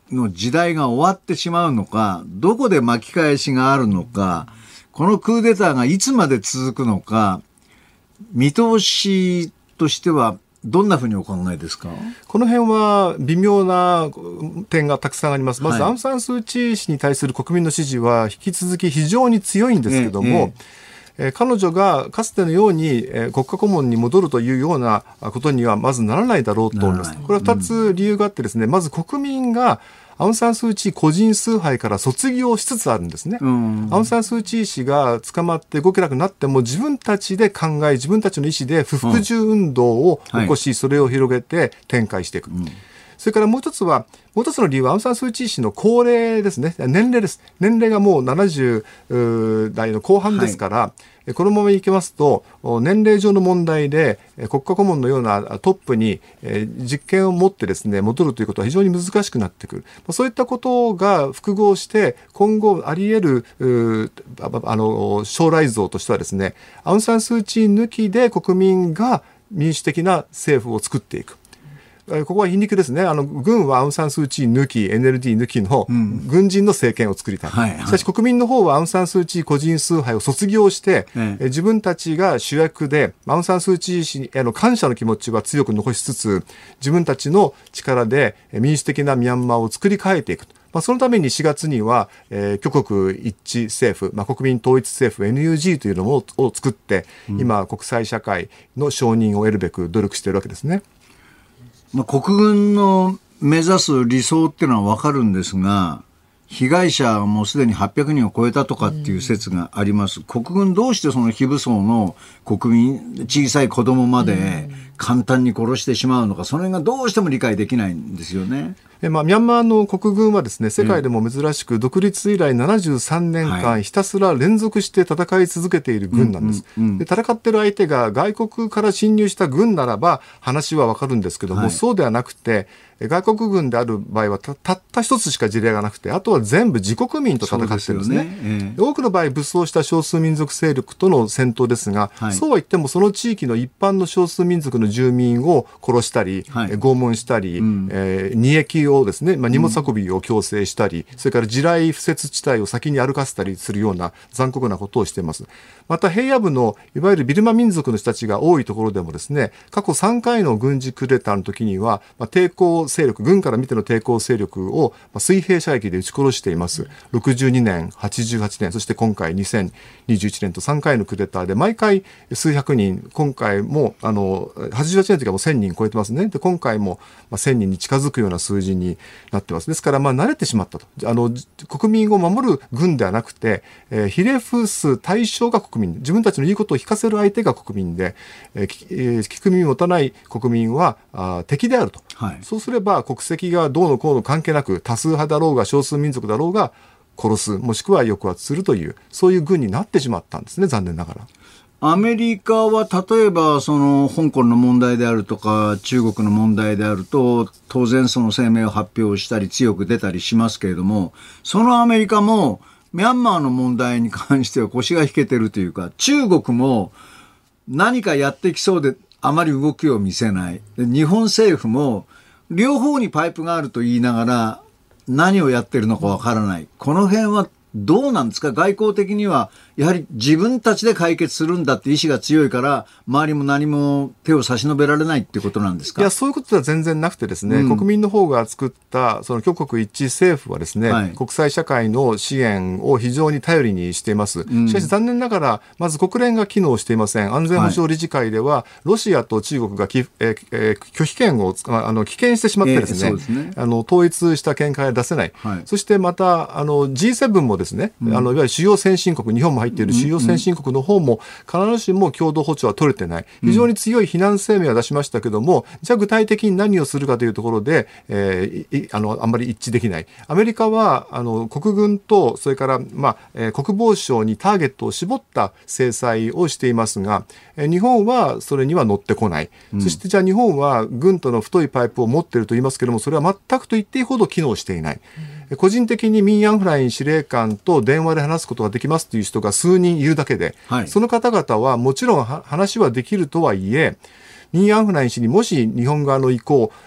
の時代が終わってしまうのか、どこで巻き返しがあるのか、このクーデターがいつまで続くのか、見通しとしてはどんなふうにお考えですか？ この辺は微妙な点がたくさんあります。まず、はい、アウン・サン・スー・チー氏に対する国民の支持は引き続き非常に強いんですけども、えええー、彼女がかつてのように、えー、国家顧問に戻るというようなことにはまずならないだろうと思います。これはふたつ理由があってですね、うん、まず国民がアウン・サン・スー・チー個人崇拝から卒業しつつあるんですね、うん、アウン・サン・スー・チー氏が捕まって動けなくなっても自分たちで考え、自分たちの意思で不服従運動を起こし、うんはい、それを広げて展開していく、うん、それからもう一つはもう一つの理由はアウン・サン・スー・チー氏の高齢ですね。年齢です。年齢がもうななじゅう代の後半ですから、はい、このままいきますと年齢上の問題で国家顧問のようなトップに実権を持ってですね戻るということは非常に難しくなってくる。そういったことが複合して今後あり得るあの将来像としてはですね、アウン・サン・スー・チー抜きで国民が民主的な政府を作っていく。ここは皮肉ですね。あの軍はアウン・サン・スー・チー抜き エヌエルディー 抜きの軍人の政権を作りたい、うんはいはい、しかし国民の方はアウン・サン・スー・チー個人崇拝を卒業して、ええ、自分たちが主役でアウン・サン・スー・チー氏への感謝の気持ちは強く残しつつ、自分たちの力で民主的なミャンマーを作り変えていく。まあ、そのためにしがつには、えー、挙国一致政府、まあ、国民統一政府 エヌユージー というのを作って、うん、今国際社会の承認を得るべく努力しているわけですね。 まあ、国軍の目指す理想っていうのは分かるんですが、被害者はもうすでにはっぴゃくにんを超えたとかっていう説があります、うん、国軍どうしてその非武装の国民、小さい子供まで簡単に殺してしまうのか、その辺がどうしても理解できないんですよね。 えまあ、ミャンマーの国軍はですね、世界でも珍しく独立以来ななじゅうさんねんかんひたすら連続して戦い続けている軍なんです、うんうんうん、で戦っている相手が外国から侵入した軍ならば話はわかるんですけども、はい、そうではなくて外国軍である場合は た, たった一つしか事例がなくて、あとは全部自国民と戦ってるんですね。そうですよね、えー、多くの場合武装した少数民族勢力との戦闘ですが、はい、そうは言ってもその地域の一般の少数民族の住民を殺したり、はい、拷問したり、うんえー、二役をですね、まあ、荷物運びを強制したり、うん、それから地雷敷設地帯を先に歩かせたりするような残酷なことをしています。また平野部のいわゆるビルマ民族の人たちが多いところでもですね、過去さんかいの軍事クーデターの時には、まあ、抵抗勢力、軍から見ての抵抗勢力を、まあ、水平射撃で撃ち殺しています。ろくじゅうにねん、はちじゅうはちねん、そして今回にせんにじゅういちねんとさんかいのクーデターで毎回数百人、今回もあのはちじゅうはちねんの時はもうせんにん超えてますね。で今回も、まあ、せんにんに近づくような数字になってます。ですからまあ慣れてしまったと。あの国民を守る軍ではなくて、えー、ひれ伏す対象が国民、自分たちの言うことを聞かせる相手が国民で、えーえー、聞く耳を持たない国民はあ敵であると、はい、そうすれば国籍がどうのこうの関係なく多数派だろうが少数民族だろうが殺す、もしくは抑圧するという、そういう軍になってしまったんですね、残念ながら。 アメリカは例えばその香港の問題であるとか中国の問題であると当然その声明を発表したり強く出たりしますけれども、そのアメリカもミャンマーの問題に関しては腰が引けてるというか、中国も何かやってきそうであまり動きを見せない。で日本政府も両方にパイプがあると言いながら何をやってるのかわからない。この辺はどうなんですか？外交的にはやはり自分たちで解決するんだって意志が強いから周りも何も手を差し伸べられないっていうことなんですか？ いや、そういうことでは全然なくてですね、うん、国民の方が作ったその挙国一致政府はですね、はい、国際社会の支援を非常に頼りにしています、うん、しかし残念ながらまず国連が機能していません。安全保障理事会ではロシアと中国がき、えーえー、拒否権をあの棄権してしまってですね、えー、そうですね、あの統一した見解を出せない、はい、そしてまたあの ジーセブン もですね、うん、あのいわゆる主要先進国、日本も入っている主要先進国の方も必ずしも共同歩調は取れてない。非常に強い非難声明は出しましたけども、じゃあ具体的に何をするかというところで、えー、あのあんまり一致できない。アメリカはあの国軍とそれから、まあえー、国防省にターゲットを絞った制裁をしていますが、えー、日本はそれには乗ってこない、うん、そしてじゃあ日本は軍との太いパイプを持っていると言いますけども、それは全くと言っていいほど機能していない、うん、個人的にミン・アンフライン司令官と電話で話すことができますという人が数人いるだけで、はい、その方々はもちろん話はできるとはいえ、ミン・アンフライン氏にもし日本側の意向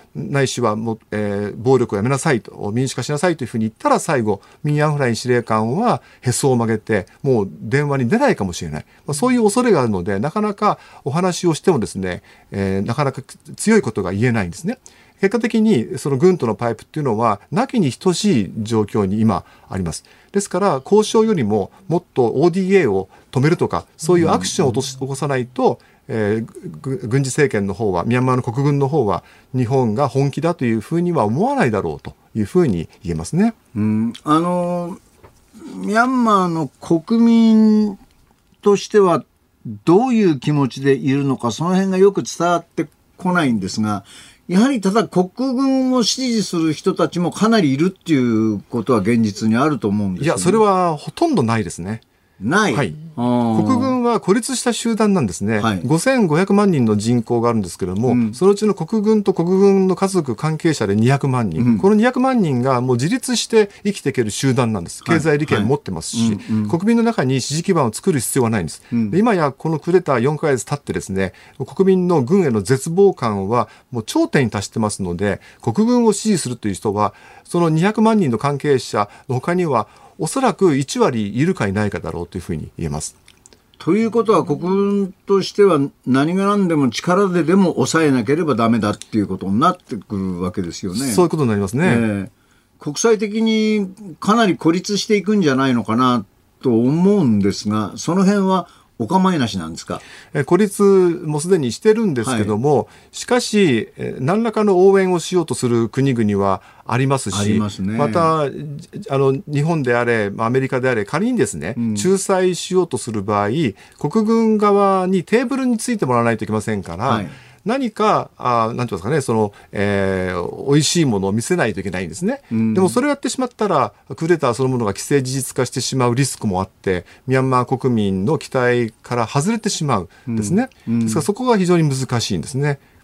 ないしはも、えー、暴力をやめなさいと、民主化しなさいというふうに言ったら、最後ミン・アウン・フライン司令官はへそを曲げてもう電話に出ないかもしれない、まあ、そういう恐れがあるので、なかなかお話をしてもですね、えー、なかなか強いことが言えないんですね。結果的にその軍とのパイプっていうのはなきに等しい状況に今あります。ですから交渉よりももっと オーディーエー を止めるとか、そういうアクションを起こさないと、えー、軍事政権の方は、ミャンマーの国軍の方は日本が本気だというふうには思わないだろうというふうに言えますね。 うん、あのミャンマーの国民としてはどういう気持ちでいるのか、その辺がよく伝わってこないんですが、やはりただ国軍を支持する人たちもかなりいるっていうことは現実にあると思うんですよね。 いや、それはほとんどないですね。 ない、 はい、国軍は孤立した集団なんですね、はい、ごせんごひゃくまんにんの人口があるんですけれども、うん、そのうちの国軍と国軍の家族関係者でにひゃくまんにん、うん、このにひゃくまんにんがもう自立して生きていける集団なんです。経済利権持ってますし、はいはいうんうん、国民の中に支持基盤を作る必要はないんです、うん、で今やこのクーデターよんかげつ経ってですね、国民の軍への絶望感はもう頂点に達してますので、国軍を支持するという人はそのにひゃくまんにんの関係者の他にはおそらくいちわりいるかいないかだろうというふうに言えます。 ということは国軍としては何が何でも力ででも抑えなければダメだっていうことになってくるわけですよね。 そういうことになりますね、えー、 国際的にかなり孤立していくんじゃないのかなと思うんですが、その辺はお構いなしなんですか。 え孤立もすでにしてるんですけども、はい、しかし何らかの応援をしようとする国々はありますし、 ありますね、 またあの日本であれアメリカであれ仮にですね、うん、仲裁しようとする場合、国軍側にテーブルについてもらわないといけませんから、はい、何かあなんていうんですかね、その、えー、美味しいものを見せないといけないんですね、うん、でもそれをやってしまったらクーデターそのものが既成事実化してしまうリスクもあって、ミャンマー国民の期待から外れてしまうんですね、うんうん、ですからそこが非常に難しいんですね。 うん、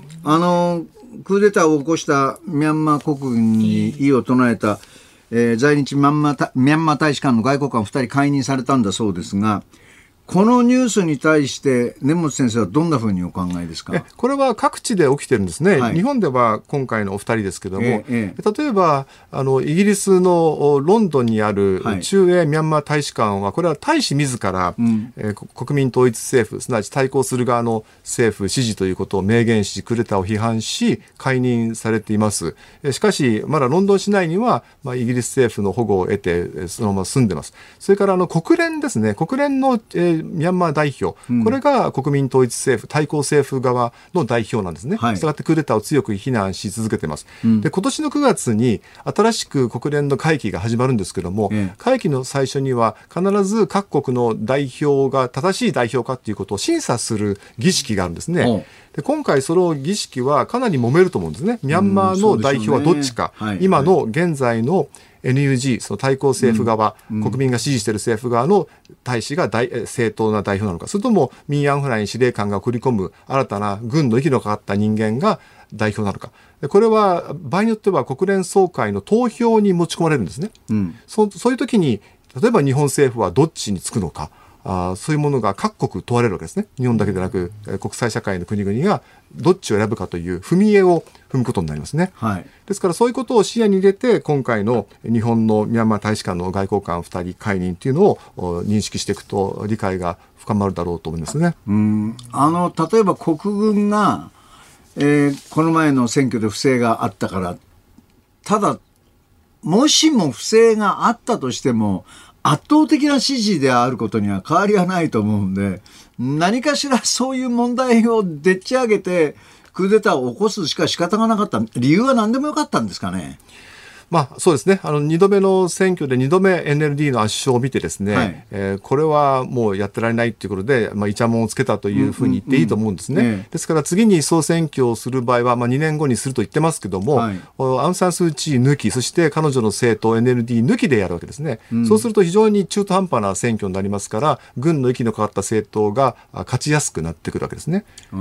あのクーデターを起こしたミャンマー国軍に異を唱えた、えー、在日ミャンマー、ミャンマー大使館の外交官ふたり解任されたんだそうですが、このニュースに対して根本先生はどんなふうにお考えですか。 えこれは各地で起きてるんですね、はい、日本では今回のお二人ですけども、ええ、例えばあのイギリスのロンドンにある駐英ミャンマー大使館は、これは大使自ら、うんえー、国民統一政府、すなわち対抗する側の政府支持ということを明言し、クーデターを批判し解任されています。しかしまだロンドン市内には、まあ、イギリス政府の保護を得てそのまま住んでます。それからあの国連ですね、国連の、えーミャンマー代表、これが国民統一政府、対抗政府側の代表なんですね。はい、したがってクーデターを強く非難し続けています。うん、で今年のくがつに新しく国連の会期が始まるんですけども、ええ、会期の最初には必ず各国の代表が正しい代表かということを審査する儀式があるんですね。で今回その儀式はかなり揉めると思うんですね。ミャンマーの代表はどっちか、うんねはい、今の現在のエヌユージー、その対抗政府側、うん、国民が支持している政府側の大使が大正当な代表なのか、それともミン・アウン・フライン司令官が送り込む新たな軍の息のかかった人間が代表なのか、これは場合によっては国連総会の投票に持ち込まれるんですね、うん、そ, そういう時に例えば日本政府はどっちにつくのか、あそういうものが各国問われるわけですね。日本だけでなく国際社会の国々がどっちを選ぶかという踏み絵を踏むことになりますね、はい、ですからそういうことを視野に入れて今回の日本のミャンマー大使館の外交官ふたり解任というのを認識していくと理解が深まるだろうと思いますね。 うんあの例えば国軍が、えー、この前の選挙で不正があったから、ただもしも不正があったとしても圧倒的な支持であることには変わりはないと思うんで、何かしらそういう問題をでっち上げてクーデターを起こすしか仕方がなかった。理由は何でもよかったんですかね。 まあ、そうですね。あのにどめの選挙でにどめ エヌエルディー の圧勝を見てですね、はい、えー、これはもうやってられないということで、まあ、イチャモンをつけたというふうに言っていいと思うんですね、うんうんうん、ですから次に総選挙をする場合は、まあ、にねんごにすると言ってますけども、はい、アウン・サン・スー・チー抜き、そして彼女の政党 エヌエルディー 抜きでやるわけですね、うん、そうすると非常に中途半端な選挙になりますから、軍の息のかかった政党が勝ちやすくなってくるわけですね、うん、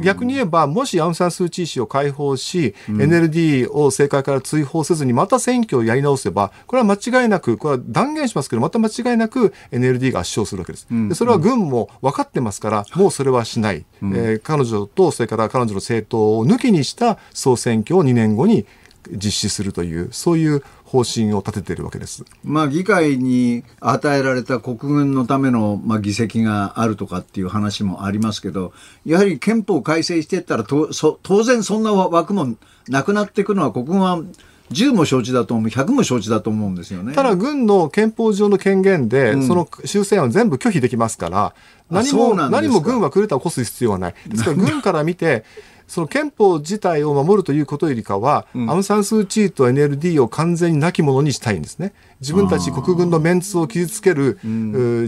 逆に言えばもしアウン・サン・スー・チー氏を解放し、うん、エヌエルディー を政界から追放せずにまた選挙をやり直せば、これは間違いなく、これは断言しますけど、また間違いなく エヌエルディー が圧勝するわけです。うん、でそれは軍も分かってますから、もうそれはしない。うん、えー、彼女と、それから彼女の政党を抜きにした総選挙をにねんごに実施するという、そういう方針を立てているわけです。 まあ、議会に与えられた国軍のための、まあ、議席があるとかっていう話もありますけど、やはり憲法改正していったらとそ当然そんな枠もなくなっていくのは国軍はじゅうも承知だと思う、ひゃくも承知だと思うんですよね。 ただ軍の憲法上の権限で、うん、その修正案を全部拒否できますから、何も何も軍はクーデターを起こす必要はない。ですから軍から見てその憲法自体を守るということよりかは、うん、アウン・サン・スー・チーと エヌエルディー を完全に亡き者にしたいんですね。自分たち国軍のメンツを傷つける、うん、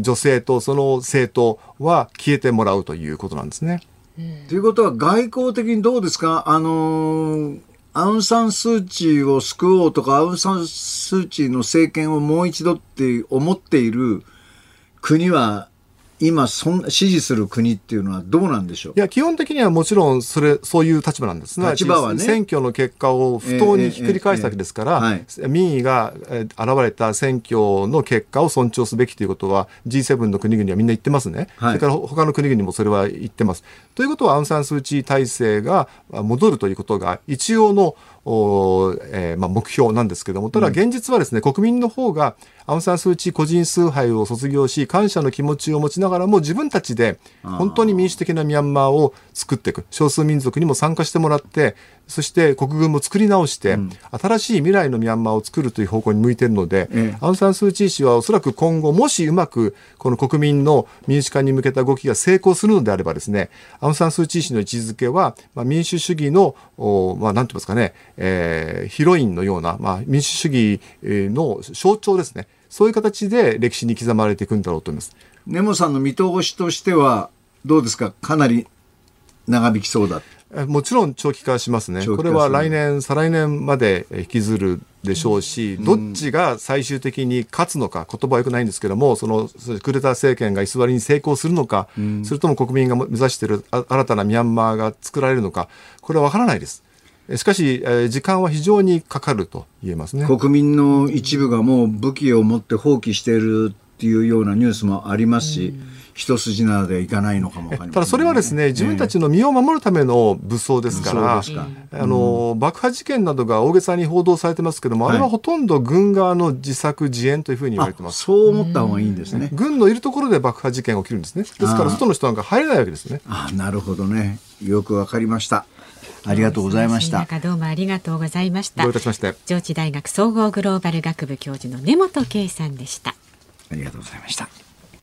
女性とその政党は消えてもらうということなんですね。 と、うん、いうことは外交的にどうですか。あのー、アウン・サン・スー・チーを救おうとか、アウン・サン・スー・チーの政権をもう一度って思っている国は今そん支持する国っていうのはどうなんでしょう。 いや、基本的にはもちろんそれそういう立場なんですね。 立場はね、 選挙の結果を不当にひっくり返したわけですから、えーえーえーはい、民意が現れた選挙の結果を尊重すべきということは ジーセブン の国々はみんな言ってますね、はい、それから他の国々もそれは言ってます。ということはアウン・サン・スー・チー体制が戻るということが一応のおえーまあ、目標なんですけども、ただ現実はですね、うん、国民の方がアウン・サン・スー・チー個人崇拝を卒業し、感謝の気持ちを持ちながらも自分たちで本当に民主的なミャンマーを作っていく、少数民族にも参加してもらって、そして国軍も作り直して、うん、新しい未来のミャンマーを作るという方向に向いているので、ええ、アウン・サン・スー・チー氏はおそらく今後もしうまくこの国民の民主化に向けた動きが成功するのであればですね、アウン・サン・スー・チー氏の位置づけは、まあ、民主主義のまあ、なんて言いますかね、えー、ヒロインのような、まあ、民主主義の象徴ですね。そういう形で歴史に刻まれていくんだろうと思います。 根本さんの見通しとしてはどうですか。かなり長引きそうだ。 もちろん長期化しますね。これは来年再来年まで引きずるでしょうし、うん、どっちが最終的に勝つのか、言葉はよくないんですけども、そのクーデター政権が居座りに成功するのか、うん、それとも国民が目指している新たなミャンマーが作られるのか、これは分からないです。しかし、えー、時間は非常にかかると言えますね。 国民の一部がもう武器を持って放棄しているっていうようなニュースもありますし、うん、一筋縄でいかないのかもわかりませんね。 ただそれはですね、自分たちの身を守るための武装ですから、うん、かあの爆破事件などが大げさに報道されてますけども、はい、あれはほとんど軍側の自作自演というふうに言われてます。 そう思った方がいいんですね。 軍のいるところで爆破事件が起きるんですね。ですから外の人なんか入れないわけですね。 ああ、なるほどね。よくわかりました。ありがとうございました。 どうもありがとうございました。 どういたしまして。 上智大学総合グローバル学部教授の根本圭さんでした。 ありがとうございました。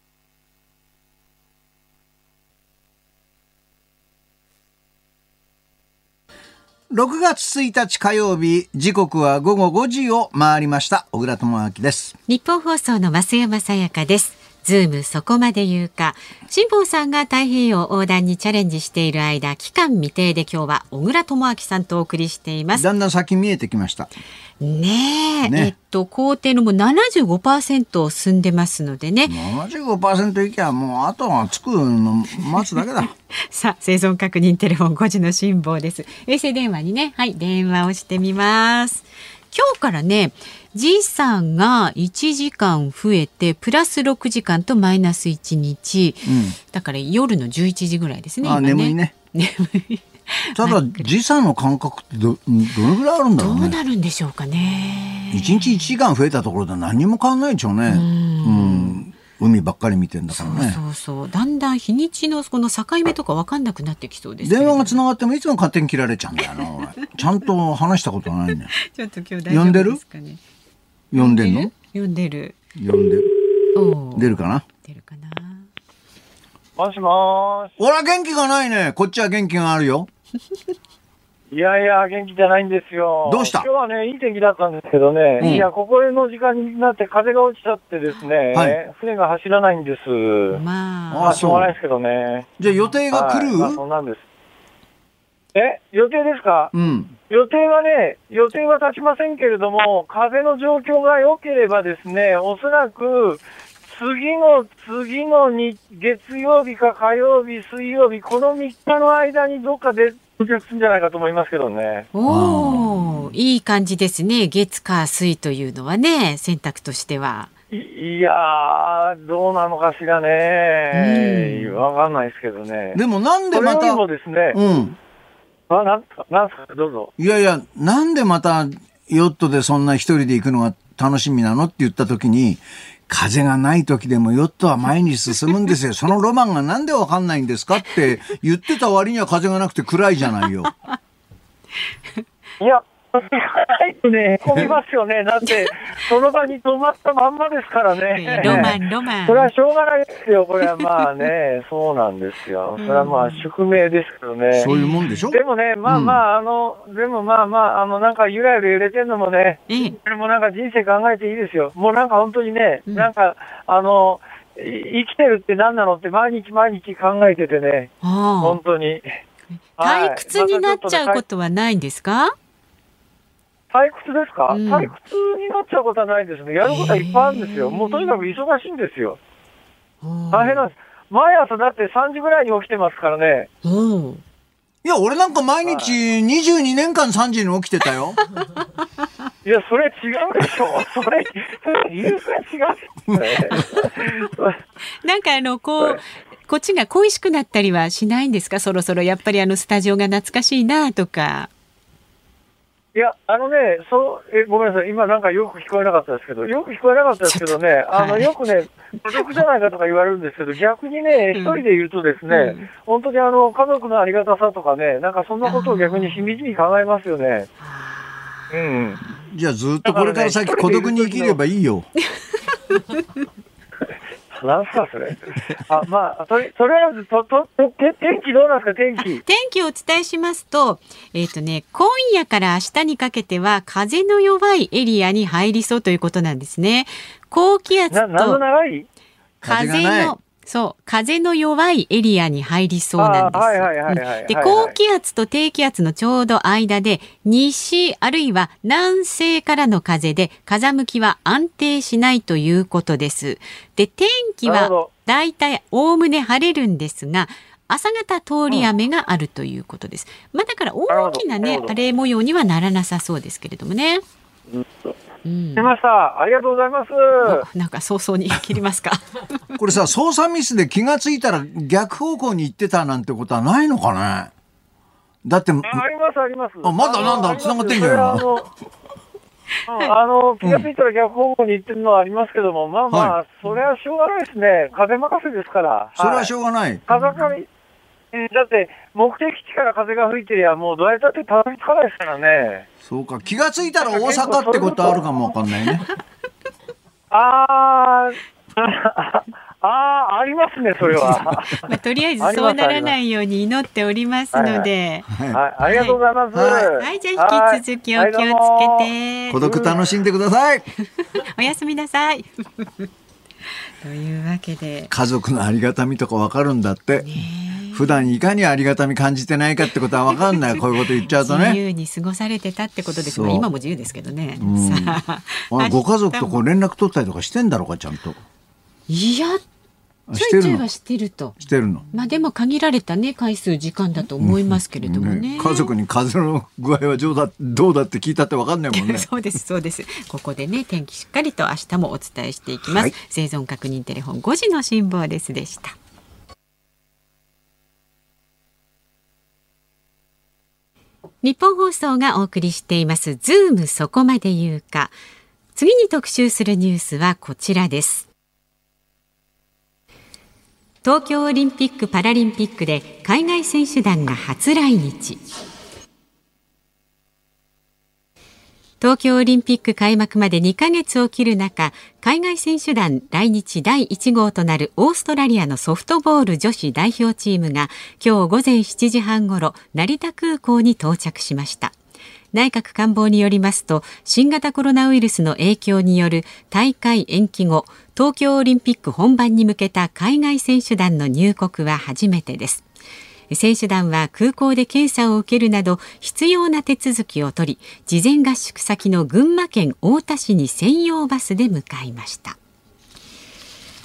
ろくがつついたち火曜日、時刻はごごごじを回りました。小倉智昭です。 日本放送の増山さやかです。ズームそこまで言うか。辛坊さんが太平洋横断にチャレンジしている間、期間未定で今日は小倉智昭さんとお送りしています。 だんだん先見えてきました。 ねえ、ねえっと工程のもう ななじゅうごパーセント 進んでますのでね。 ななじゅうごパーセント いきゃもうあとはつくの待つだけだ。 さあ、生存確認テレフォンごじの辛坊です。衛星電話にね、はい、電話をしてみます。今日からね、時差がいちじかん増えてプラスろくじかんとマイナスいちにち、うん、だから夜のじゅういちじぐらいですね。 あ、 今ね、 眠いね。眠い。ただ時差の感覚って ど, どれぐらいあるんだろうね。 どうなるんでしょうかね。 いちにちいちじかん増えたところで何にも変わんないでしょうね。うん、うん海ばっかり見てんだからね。 そうそうそう。だんだん日にちのこの境目とか分かんなくなってきそうです、 ね。電話がつながってもいつも勝手に切られちゃうんだよな。俺ちゃんと話したことないね。 ちょっと今日大丈夫ですかね。 呼んでる？呼んでんの？ 呼んでる。 呼んでる。出るかな？ 出るかな。 もしもーし。 ほら元気がないね。こっちは元気があるよ。 いやいや元気じゃないんですよ。 どうした？ 今日はねいい天気だったんですけどね、うん、いやここへの時間になって風が落ちちゃってですね、はい、船が走らないんです。 まあ、 まあ、しょうがないですけどね。 じゃあ予定が来る？ はい、まあ、そうなんです。え予定ですか？ うん。 予定はね予定は立ちませんけれども、風の状況が良ければですね、おそらく次の次のに月曜日か火曜日水曜日このみっかの間にどっかで到着するんじゃないかと思いますけどね。 おー、いい感じですね。月火水というのはね、選択としては。 い, いやー、どうなのかしらね。わかんないですけどね。 でもなんでまた。 それよりもですね。 うん。 あ、なんすか、なんすか、どうぞ。 いやいや、なんでまたヨットでそんな一人で行くのが楽しみなのって言った時に、風がない時でもヨットは前に進むんですよ。そのロマンがなんでわかんないんですかって言ってた割には風がなくて暗いじゃないよ。 いや、ないとね、混みますよね。だって、その場に止まったまんまですからね。 ロマン、ロマン。 それはしょうがないですよ。これはまあね、そうなんですよ。それはまあ宿命ですけどね。 そういうもんでしょ。 でもね、まあまあ、あの、でもまあまあ、あの、なんかゆらゆら揺れてるのもね、それもなんか人生考えていいですよ。もうなんか本当にね、なんか、あの、生きてるって何なのって毎日毎日考えててね、本当に。 退屈になっちゃうことはないんですか？ 退屈ですか、うん、退屈になっちゃうことはないですね。やることはいっぱいあるんですよ。もうとにかく忙しいんですよ。大変なんです。毎朝だってさんじぐらいに起きてますからね。 いや、俺なんか毎日にじゅうにねんかんさんじに起きてたよ。 いや、それ違うでしょ。それ、それ理由が違う、ね。 なんかあの、こう、こっちが恋しくなったりはしないんですか？そろそろやっぱりあのスタジオが懐かしいなとか。 いや、あのね、そう、え、ごめんなさい。今なんかよく聞こえなかったですけど、よく聞こえなかったですけどね、あの、よくね、孤独じゃないかとか言われるんですけど、逆にね、一人でいるとですね、うん、本当にあの、家族のありがたさとかね、なんかそんなことを逆にしみじみ考えますよね。うん。 じゃあずっとこれから先孤独に生きればいいよ。 なんすかそれ。あ、まあ、とり、とりあえず、と、と、と、天気どうなんですか、天気。 天気をお伝えしますと、えっとね、今夜から明日にかけては風の弱いエリアに入りそうということなんですね。高気圧と。 な、なんの長い風の、そう、風の弱いエリアに入りそうなんです。 はいはいはいはい、 で、高気圧と低気圧のちょうど間で、西あるいは南西からの風で、風向きは安定しないということです。で、天気はだいたいおおむね晴れるんですが、朝方通り雨があるということです。うん、まあ、だから大きなね、荒れ模様にはならなさそうですけれどもね。 うんうん、出ました。ありがとうございます。 なんか早々に切りますか。 これさ、操作ミスで気がついたら逆方向に行ってたなんてことはないのかね。だってあ、 ありますあります。 あ、まだなんだ、繋がってんじゃないの。 あの、気がついたら逆方向に行ってるのはありますけども、まあまあ、はい、それはしょうがないですね。風任せですから。 それはしょうがない。はい、 風上、だって目的地から風が吹いてりゃもうどうやったってたどり着かないですからね。 そうか、気がついたら大阪ってことあるかもわかんないね。 あーあーありますね、それは。 まあ、とりあえずそうならないように祈っておりますので、 はいはいはい、ありがとうございます。はい、 はい、じゃあ引き続きお気をつけて、 孤独楽しんでください。 おやすみなさい。というわけで、 家族のありがたみとかわかるんだって。普段いかにありがたみ感じてないかってことは分かんない。こういうこと言っちゃうとね。 自由に過ごされてたってことです。まあ、今も自由ですけどね。うん、さあ、 ご家族とこう連絡取ったりとかしてんだろうか、ちゃんと。 いや、ちょいちょいはしてると。 してるの。 まあでも限られたね回数時間だと思いますけれどもね。うんね、 家族に風の具合はどうだどうだって聞いたって分かんないもんね。 そうですそうです。ここでね、天気しっかりと明日もお伝えしていきます。はい、生存確認テレフォンごじの辛抱ですでした。日本放送がお送りしていますズームそこまで言うか。次に特集するニュースはこちらです。東京オリンピック・パラリンピックで海外選手団が初来日。東京オリンピック開幕までにかげつを切る中、海外選手団来日だいいち号となるオーストラリアのソフトボール女子代表チームが今日午前しちじはんごろ成田空港に到着しました。内閣官房によりますと、新型コロナウイルスの影響による大会延期後、東京オリンピック本番に向けた海外選手団の入国は初めてです。選手団は空港で検査を受けるなど必要な手続きを取り、事前合宿先の群馬県太田市に専用バスで向かいました。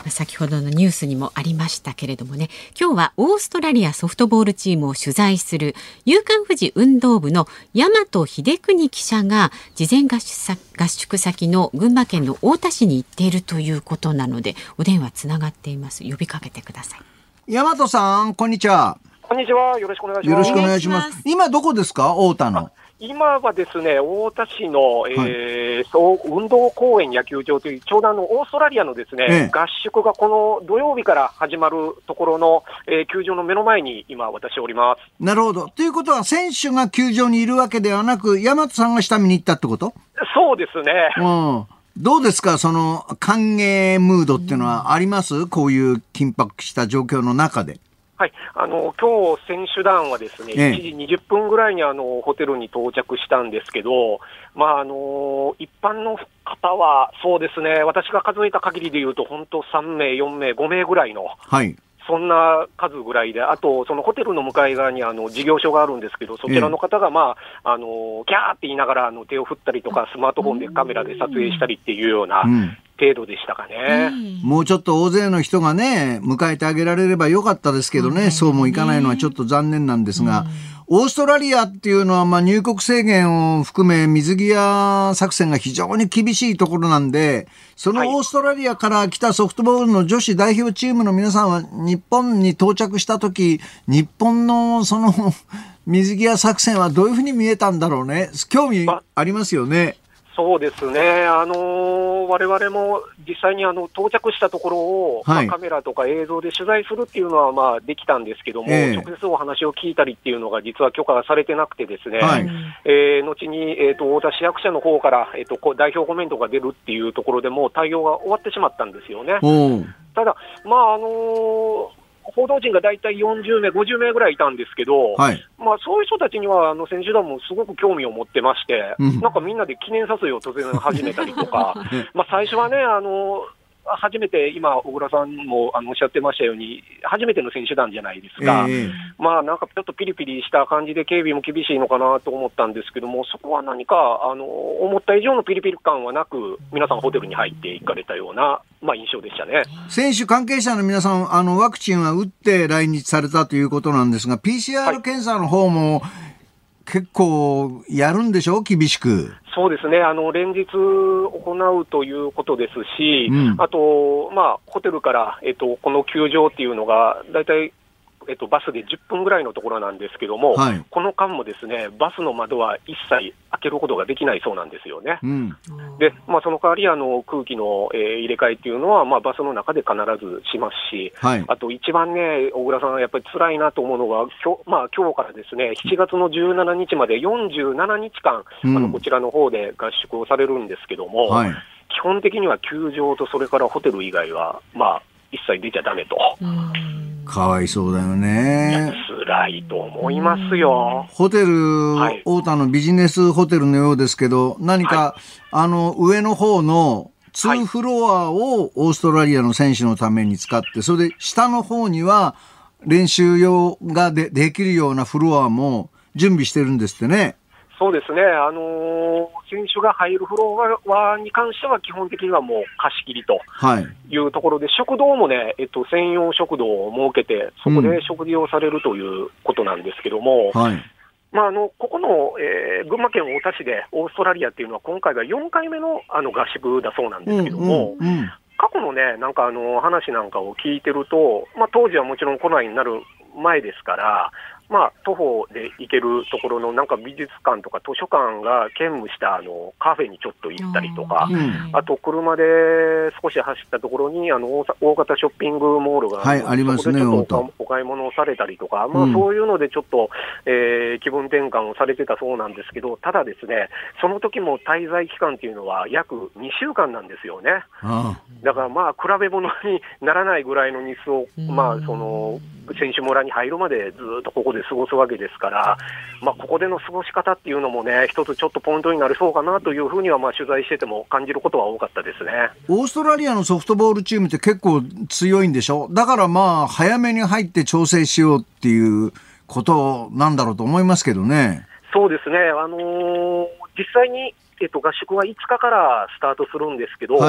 先ほどのニュースにもありましたけれどもね、今日はオーストラリアソフトボールチームを取材する夕刊フジ運動部の大和秀邦記者が事前合宿、合宿先の群馬県の太田市に行っているということなので、お電話つながっています。呼びかけてください。 大和さん、こんにちは。 こんにちは。よろしくお願いします。 よろしくお願いします。今どこですか、太田の。 今はですね、太田市の、えーはい、運動公園野球場という、ちょうどあのオーストラリアのですね、ええ、合宿がこの土曜日から始まるところの、えー、球場の目の前に今、私おります。 なるほど。ということは、選手が球場にいるわけではなく、大和さんが下見に行ったってこと？ そうですね。 うん。どうですか、その歓迎ムードっていうのはあります？うん、こういう緊迫した状況の中で。 はい、あの今日選手団はですね、ええ、いちじにじゅっぷんぐらいにあのホテルに到着したんですけど、まあ、あの一般の方はそうですね、私が数えた限りでいうと本当さんめい、よんめい、ごめいぐらいの、はい、そんな数ぐらいで、あとそのホテルの向かい側にあの事業所があるんですけど、そちらの方が、まあ、あのキャーって言いながらあの手を振ったりとか、スマートフォンでカメラで撮影したりっていうような、うん程度でしたかね。 もうちょっと大勢の人がね迎えてあげられればよかったですけどね、うん、そうもいかないのはちょっと残念なんですが、うん、オーストラリアっていうのはまあ入国制限を含め水際作戦が非常に厳しいところなんで、そのオーストラリアから来たソフトボールの女子代表チームの皆さんは日本に到着した時、日本のその水際作戦はどういうふうに見えたんだろうね。興味ありますよね。 そうですね、あのー、我々も実際にあの到着したところを、はい、まあ、カメラとか映像で取材するっていうのはまあできたんですけども、えー、直接お話を聞いたりっていうのが実は許可がされてなくてですね、はい、えー、後に、えー、と太田市役所の方から、えー、と代表コメントが出るっていうところでもう対応が終わってしまったんですよね。ただ、まああのー報道陣が大体よんじゅうめい、ごじゅうめいぐらいいたんですけど、はい、まあ、そういう人たちにはあの選手団もすごく興味を持ってまして、うん、なんかみんなで記念撮影を突然始めたりとか、まあ最初はね、あの初めて、今、小倉さんもあのおっしゃってましたように、初めての選手団じゃないですか、えー、まあなんかちょっとピリピリした感じで警備も厳しいのかなと思ったんですけども、そこは何かあの思った以上のピリピリ感はなく、皆さんホテルに入っていかれたような、まあ、印象でしたね。 選手関係者の皆さん、あのワクチンは打って来日されたということなんですが、ピーシーアール 検査の方も、はい、結構やるんでしょう、厳しく。 そうですね、あの連日行うということですし、うん、あと、まあ、ホテルから、えっと、この球場っていうのが、だいたい、えっと、バスでじゅっぷんぐらいのところなんですけども、はい、この間もですね、バスの窓は一切開けることができないそうなんですよね。うん、で、まあ、その代わりあの空気の、えー、入れ替えっていうのは、まあ、バスの中で必ずしますし、はい、あと一番ね、小倉さん、やっぱり辛いなと思うのが、今日、まあ、今日からですね、しちがつのじゅうしちにちまでよんじゅうななにちかん、うん、あのこちらの方で合宿をされるんですけども、はい、基本的には球場とそれからホテル以外は、まあ、一切出ちゃダメと。 かわいそうだよね。 辛いと思いますよ。 ホテル、はい、太田のビジネスホテルのようですけど、何か、はい、あの上の方のにフロアをオーストラリアの選手のために使って、それで下の方には練習用が で, できるようなフロアも準備してるんですってね。 そうですね、あのー、選手が入るフロアに関しては基本的にはもう貸し切りというところで、はい、食堂もね、えっと、専用食堂を設けて、そこで食事をされるということなんですけども、うん、はい、まあ、あのここの、えー、群馬県太田市でオーストラリアっていうのは今回がよんかいめの、あの合宿だそうなんですけども、うんうんうん、過去のね、なんかあの話なんかを聞いてると、まあ、当時はもちろん来ないになる前ですから、まあ、徒歩で行けるところのなんか美術館とか図書館が兼務したあのカフェにちょっと行ったりとか、うん、あと車で少し走ったところにあの 大, 大型ショッピングモールがあるので、はい、ありますね、そこでちょっと お, お買い物をされたりとか、まあ、そういうのでちょっと、えー、気分転換をされてたそうなんですけど、ただですね、その時も滞在期間というのは約にしゅうかんなんですよね。ああ、だからまあ比べ物にならないぐらいの日数を、まあ、その選手村に入るまでずっとここで過ごすわけですから、まあ、ここでの過ごし方っていうのもね、一つちょっとポイントになりそうかなというふうには、まあ取材してても感じることは多かったですね。 オーストラリアのソフトボールチームって結構強いんでしょ。だからまあ早めに入って調整しようっていうことなんだろうと思いますけどね。 そうですね、あのー、実際にえっと、合宿はいつかからスタートするんですけど、はい、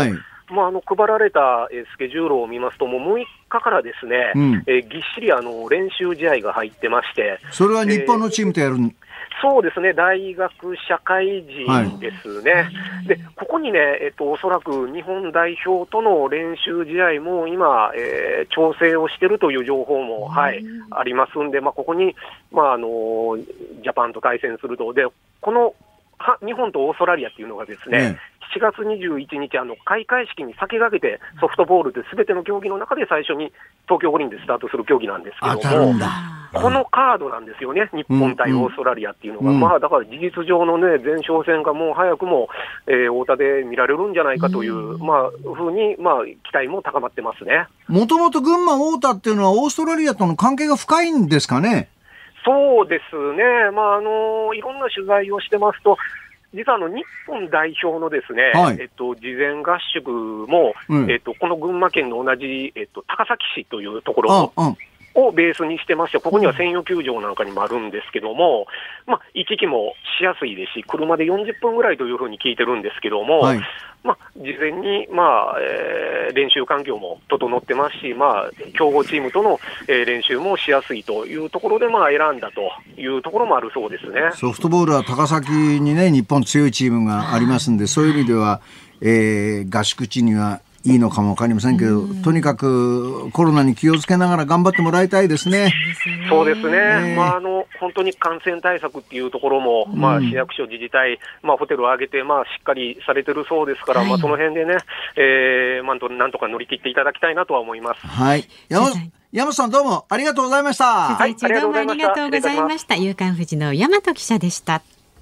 まあ、あの配られたえースケジュールを見ますと、もうむいかからですね、うん、えー、ぎっしりあの練習試合が入ってまして、 それは日本のチームとやるん、 えーそうですね、大学、社会人ですね、はい、でここにね、えっと、おそらく日本代表との練習試合も今、えー、調整をしているという情報も、はい、ありますんで、まあ、ここに、まあ、あのジャパンと対戦すると、でこのは日本とオーストラリアっていうのがですね、ねしがつにじゅういちにち、あの開会式に先駆けてソフトボールで全ての競技の中で最初に東京五輪でスタートする競技なんですけども、 当たるんだ、 このカードなんですよね、日本対オーストラリアっていうのが、うんうん、まあ、だから事実上の、ね、前哨戦がもう早くも、えー、太田で見られるんじゃないかという、うん、まあ、ふうに、まあ、期待も高まってますね。 もともと群馬、太田っていうのはオーストラリアとの関係が深いんですかね。 そうですね、まああのいろんな取材をしてますと、実はあの日本代表のですね、はい、えっと、事前合宿も、うん、えっと、この群馬県の同じ、えっと、高崎市というところをベースにしてまして、ここには専用球場なんかにもあるんですけども、まあ、行き来もしやすいですし、車でよんじゅっぷんぐらいというふうに聞いてるんですけども、はい、まあ、事前に、まあえー、練習環境も整ってますし、まあ、強豪チームとの、えー、練習もしやすいというところで、まあ、選んだというところもあるそうですね。 ソフトボールは高崎にね、日本強いチームがありますんで、そういう意味では、えー、合宿地にはいいのかもわかりませんけど、うん、とにかくコロナに気をつけながら頑張ってもらいたいですね。 そうですね、えーまあ、あの本当に感染対策っていうところも、うん、まあ、市役所、自治体、まあ、ホテルを挙げて、まあ、しっかりされてるそうですから、はい、まあ、その辺でね、えーまあ、なんとか乗り切っていただきたいなとは思います。 はい、山山さん、どうもありがとうございました。 はい、どうもありがとうございました。夕刊フジの大和記者でした。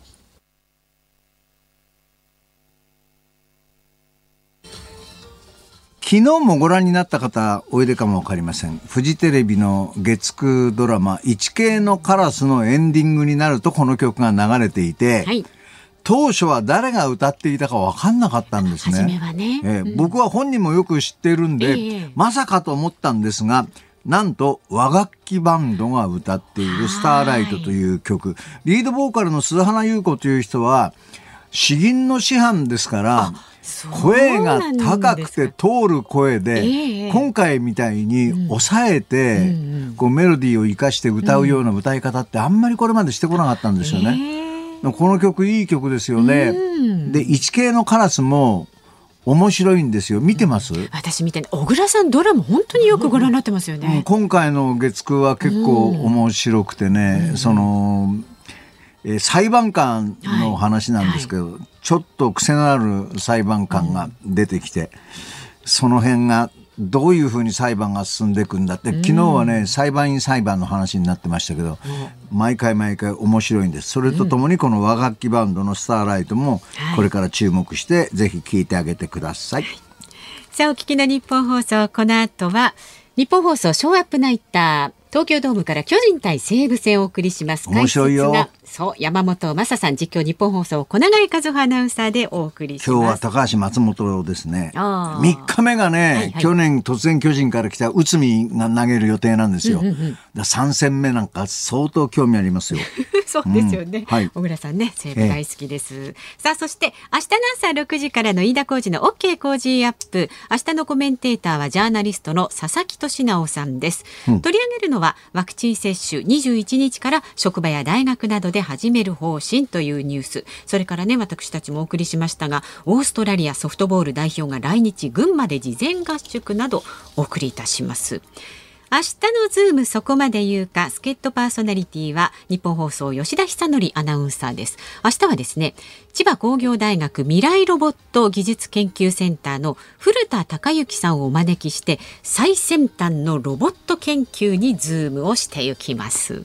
昨日もご覧になった方おいでかもわかりません。フジテレビの月くドラマイチケイのカラスのエンディングになるとこの曲が流れていて、はい、当初は誰が歌っていたか分かんなかったんですね。 初めはね、 えーうん、僕は本人もよく知ってるんで、えー、まさかと思ったんですが、なんと和楽器バンドが歌っているスターライトという曲、リードボーカルの鈴花優子という人は詩吟の師範ですから、声が高くて通る声で、えー、今回みたいに抑えて、うん、こうメロディーを生かして歌うような歌い方ってあんまりこれまでしてこなかったんですよね、えー、この曲いい曲ですよね、うん、でイチケイのカラスも面白いんですよ。見てます？ 私見て、小倉さんドラマ本当によくご覧になってますよね、うん、 今回の月くは結構面白くてね、うん、そのえー、裁判官の話なんですけど、はいはい、ちょっと癖のある裁判官が出てきて、うん、その辺がどういうふうに裁判が進んでいくんだって、うん、昨日はね裁判員裁判の話になってましたけど、うん、毎回毎回面白いんです。それとともにこの和楽器バンドのスターライトもこれから注目して、はい、ぜひ聴いてあげてください。 さあ、お聞きの日本放送、この後は日本放送ショーアップナイター、東京ドームから巨人対西武戦をお送りします。 面白いよ。 そう、山本昌さん、実況日本放送小永井和穂アナウンサーでお送りします。 今日は高橋松本ですね。みっかめがね、はいはい、去年突然巨人から来た内海が投げる予定なんですよ、うんうんうん、ださん戦目なんか相当興味ありますよそうですよね、うん、はい、小倉さんね、西武大好きです、ええ、さあ、そして明日の朝ろくじからの飯田浩司の OK 工事アップ、明日のコメンテーターはジャーナリストの佐々木俊直さんです、うん、取り上げるのはワクチン接種にじゅういちにちから職場や大学などで始める方針というニュース、それからね、私たちもお送りしましたが、オーストラリアソフトボール代表が来日、群馬で事前合宿などお送りいたします。明日のズームそこまで言うか、助っ人パーソナリティは日本放送吉田久典アナウンサーです。明日はですね、千葉工業大学未来ロボット技術研究センターの古田孝之さんをお招きして、最先端のロボット研究にズームをしていきます、はい、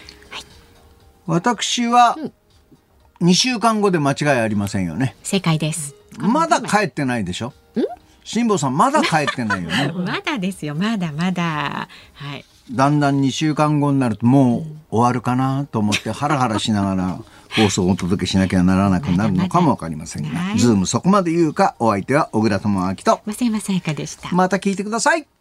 私はにしゅうかんごで間違いありませんよね。 正解です。 まだ帰ってないでしょ。ん辛坊さんまだ帰ってないよねまだですよ、まだまだ、はい、 だんだんにしゅうかんごになるともう終わるかなと思ってハラハラしながら放送をお届けしなきゃならなくなるのかもわかりませんが、ズームそこまで言うか、お相手は小倉智昭と増山さやかでした。 また聞いてください。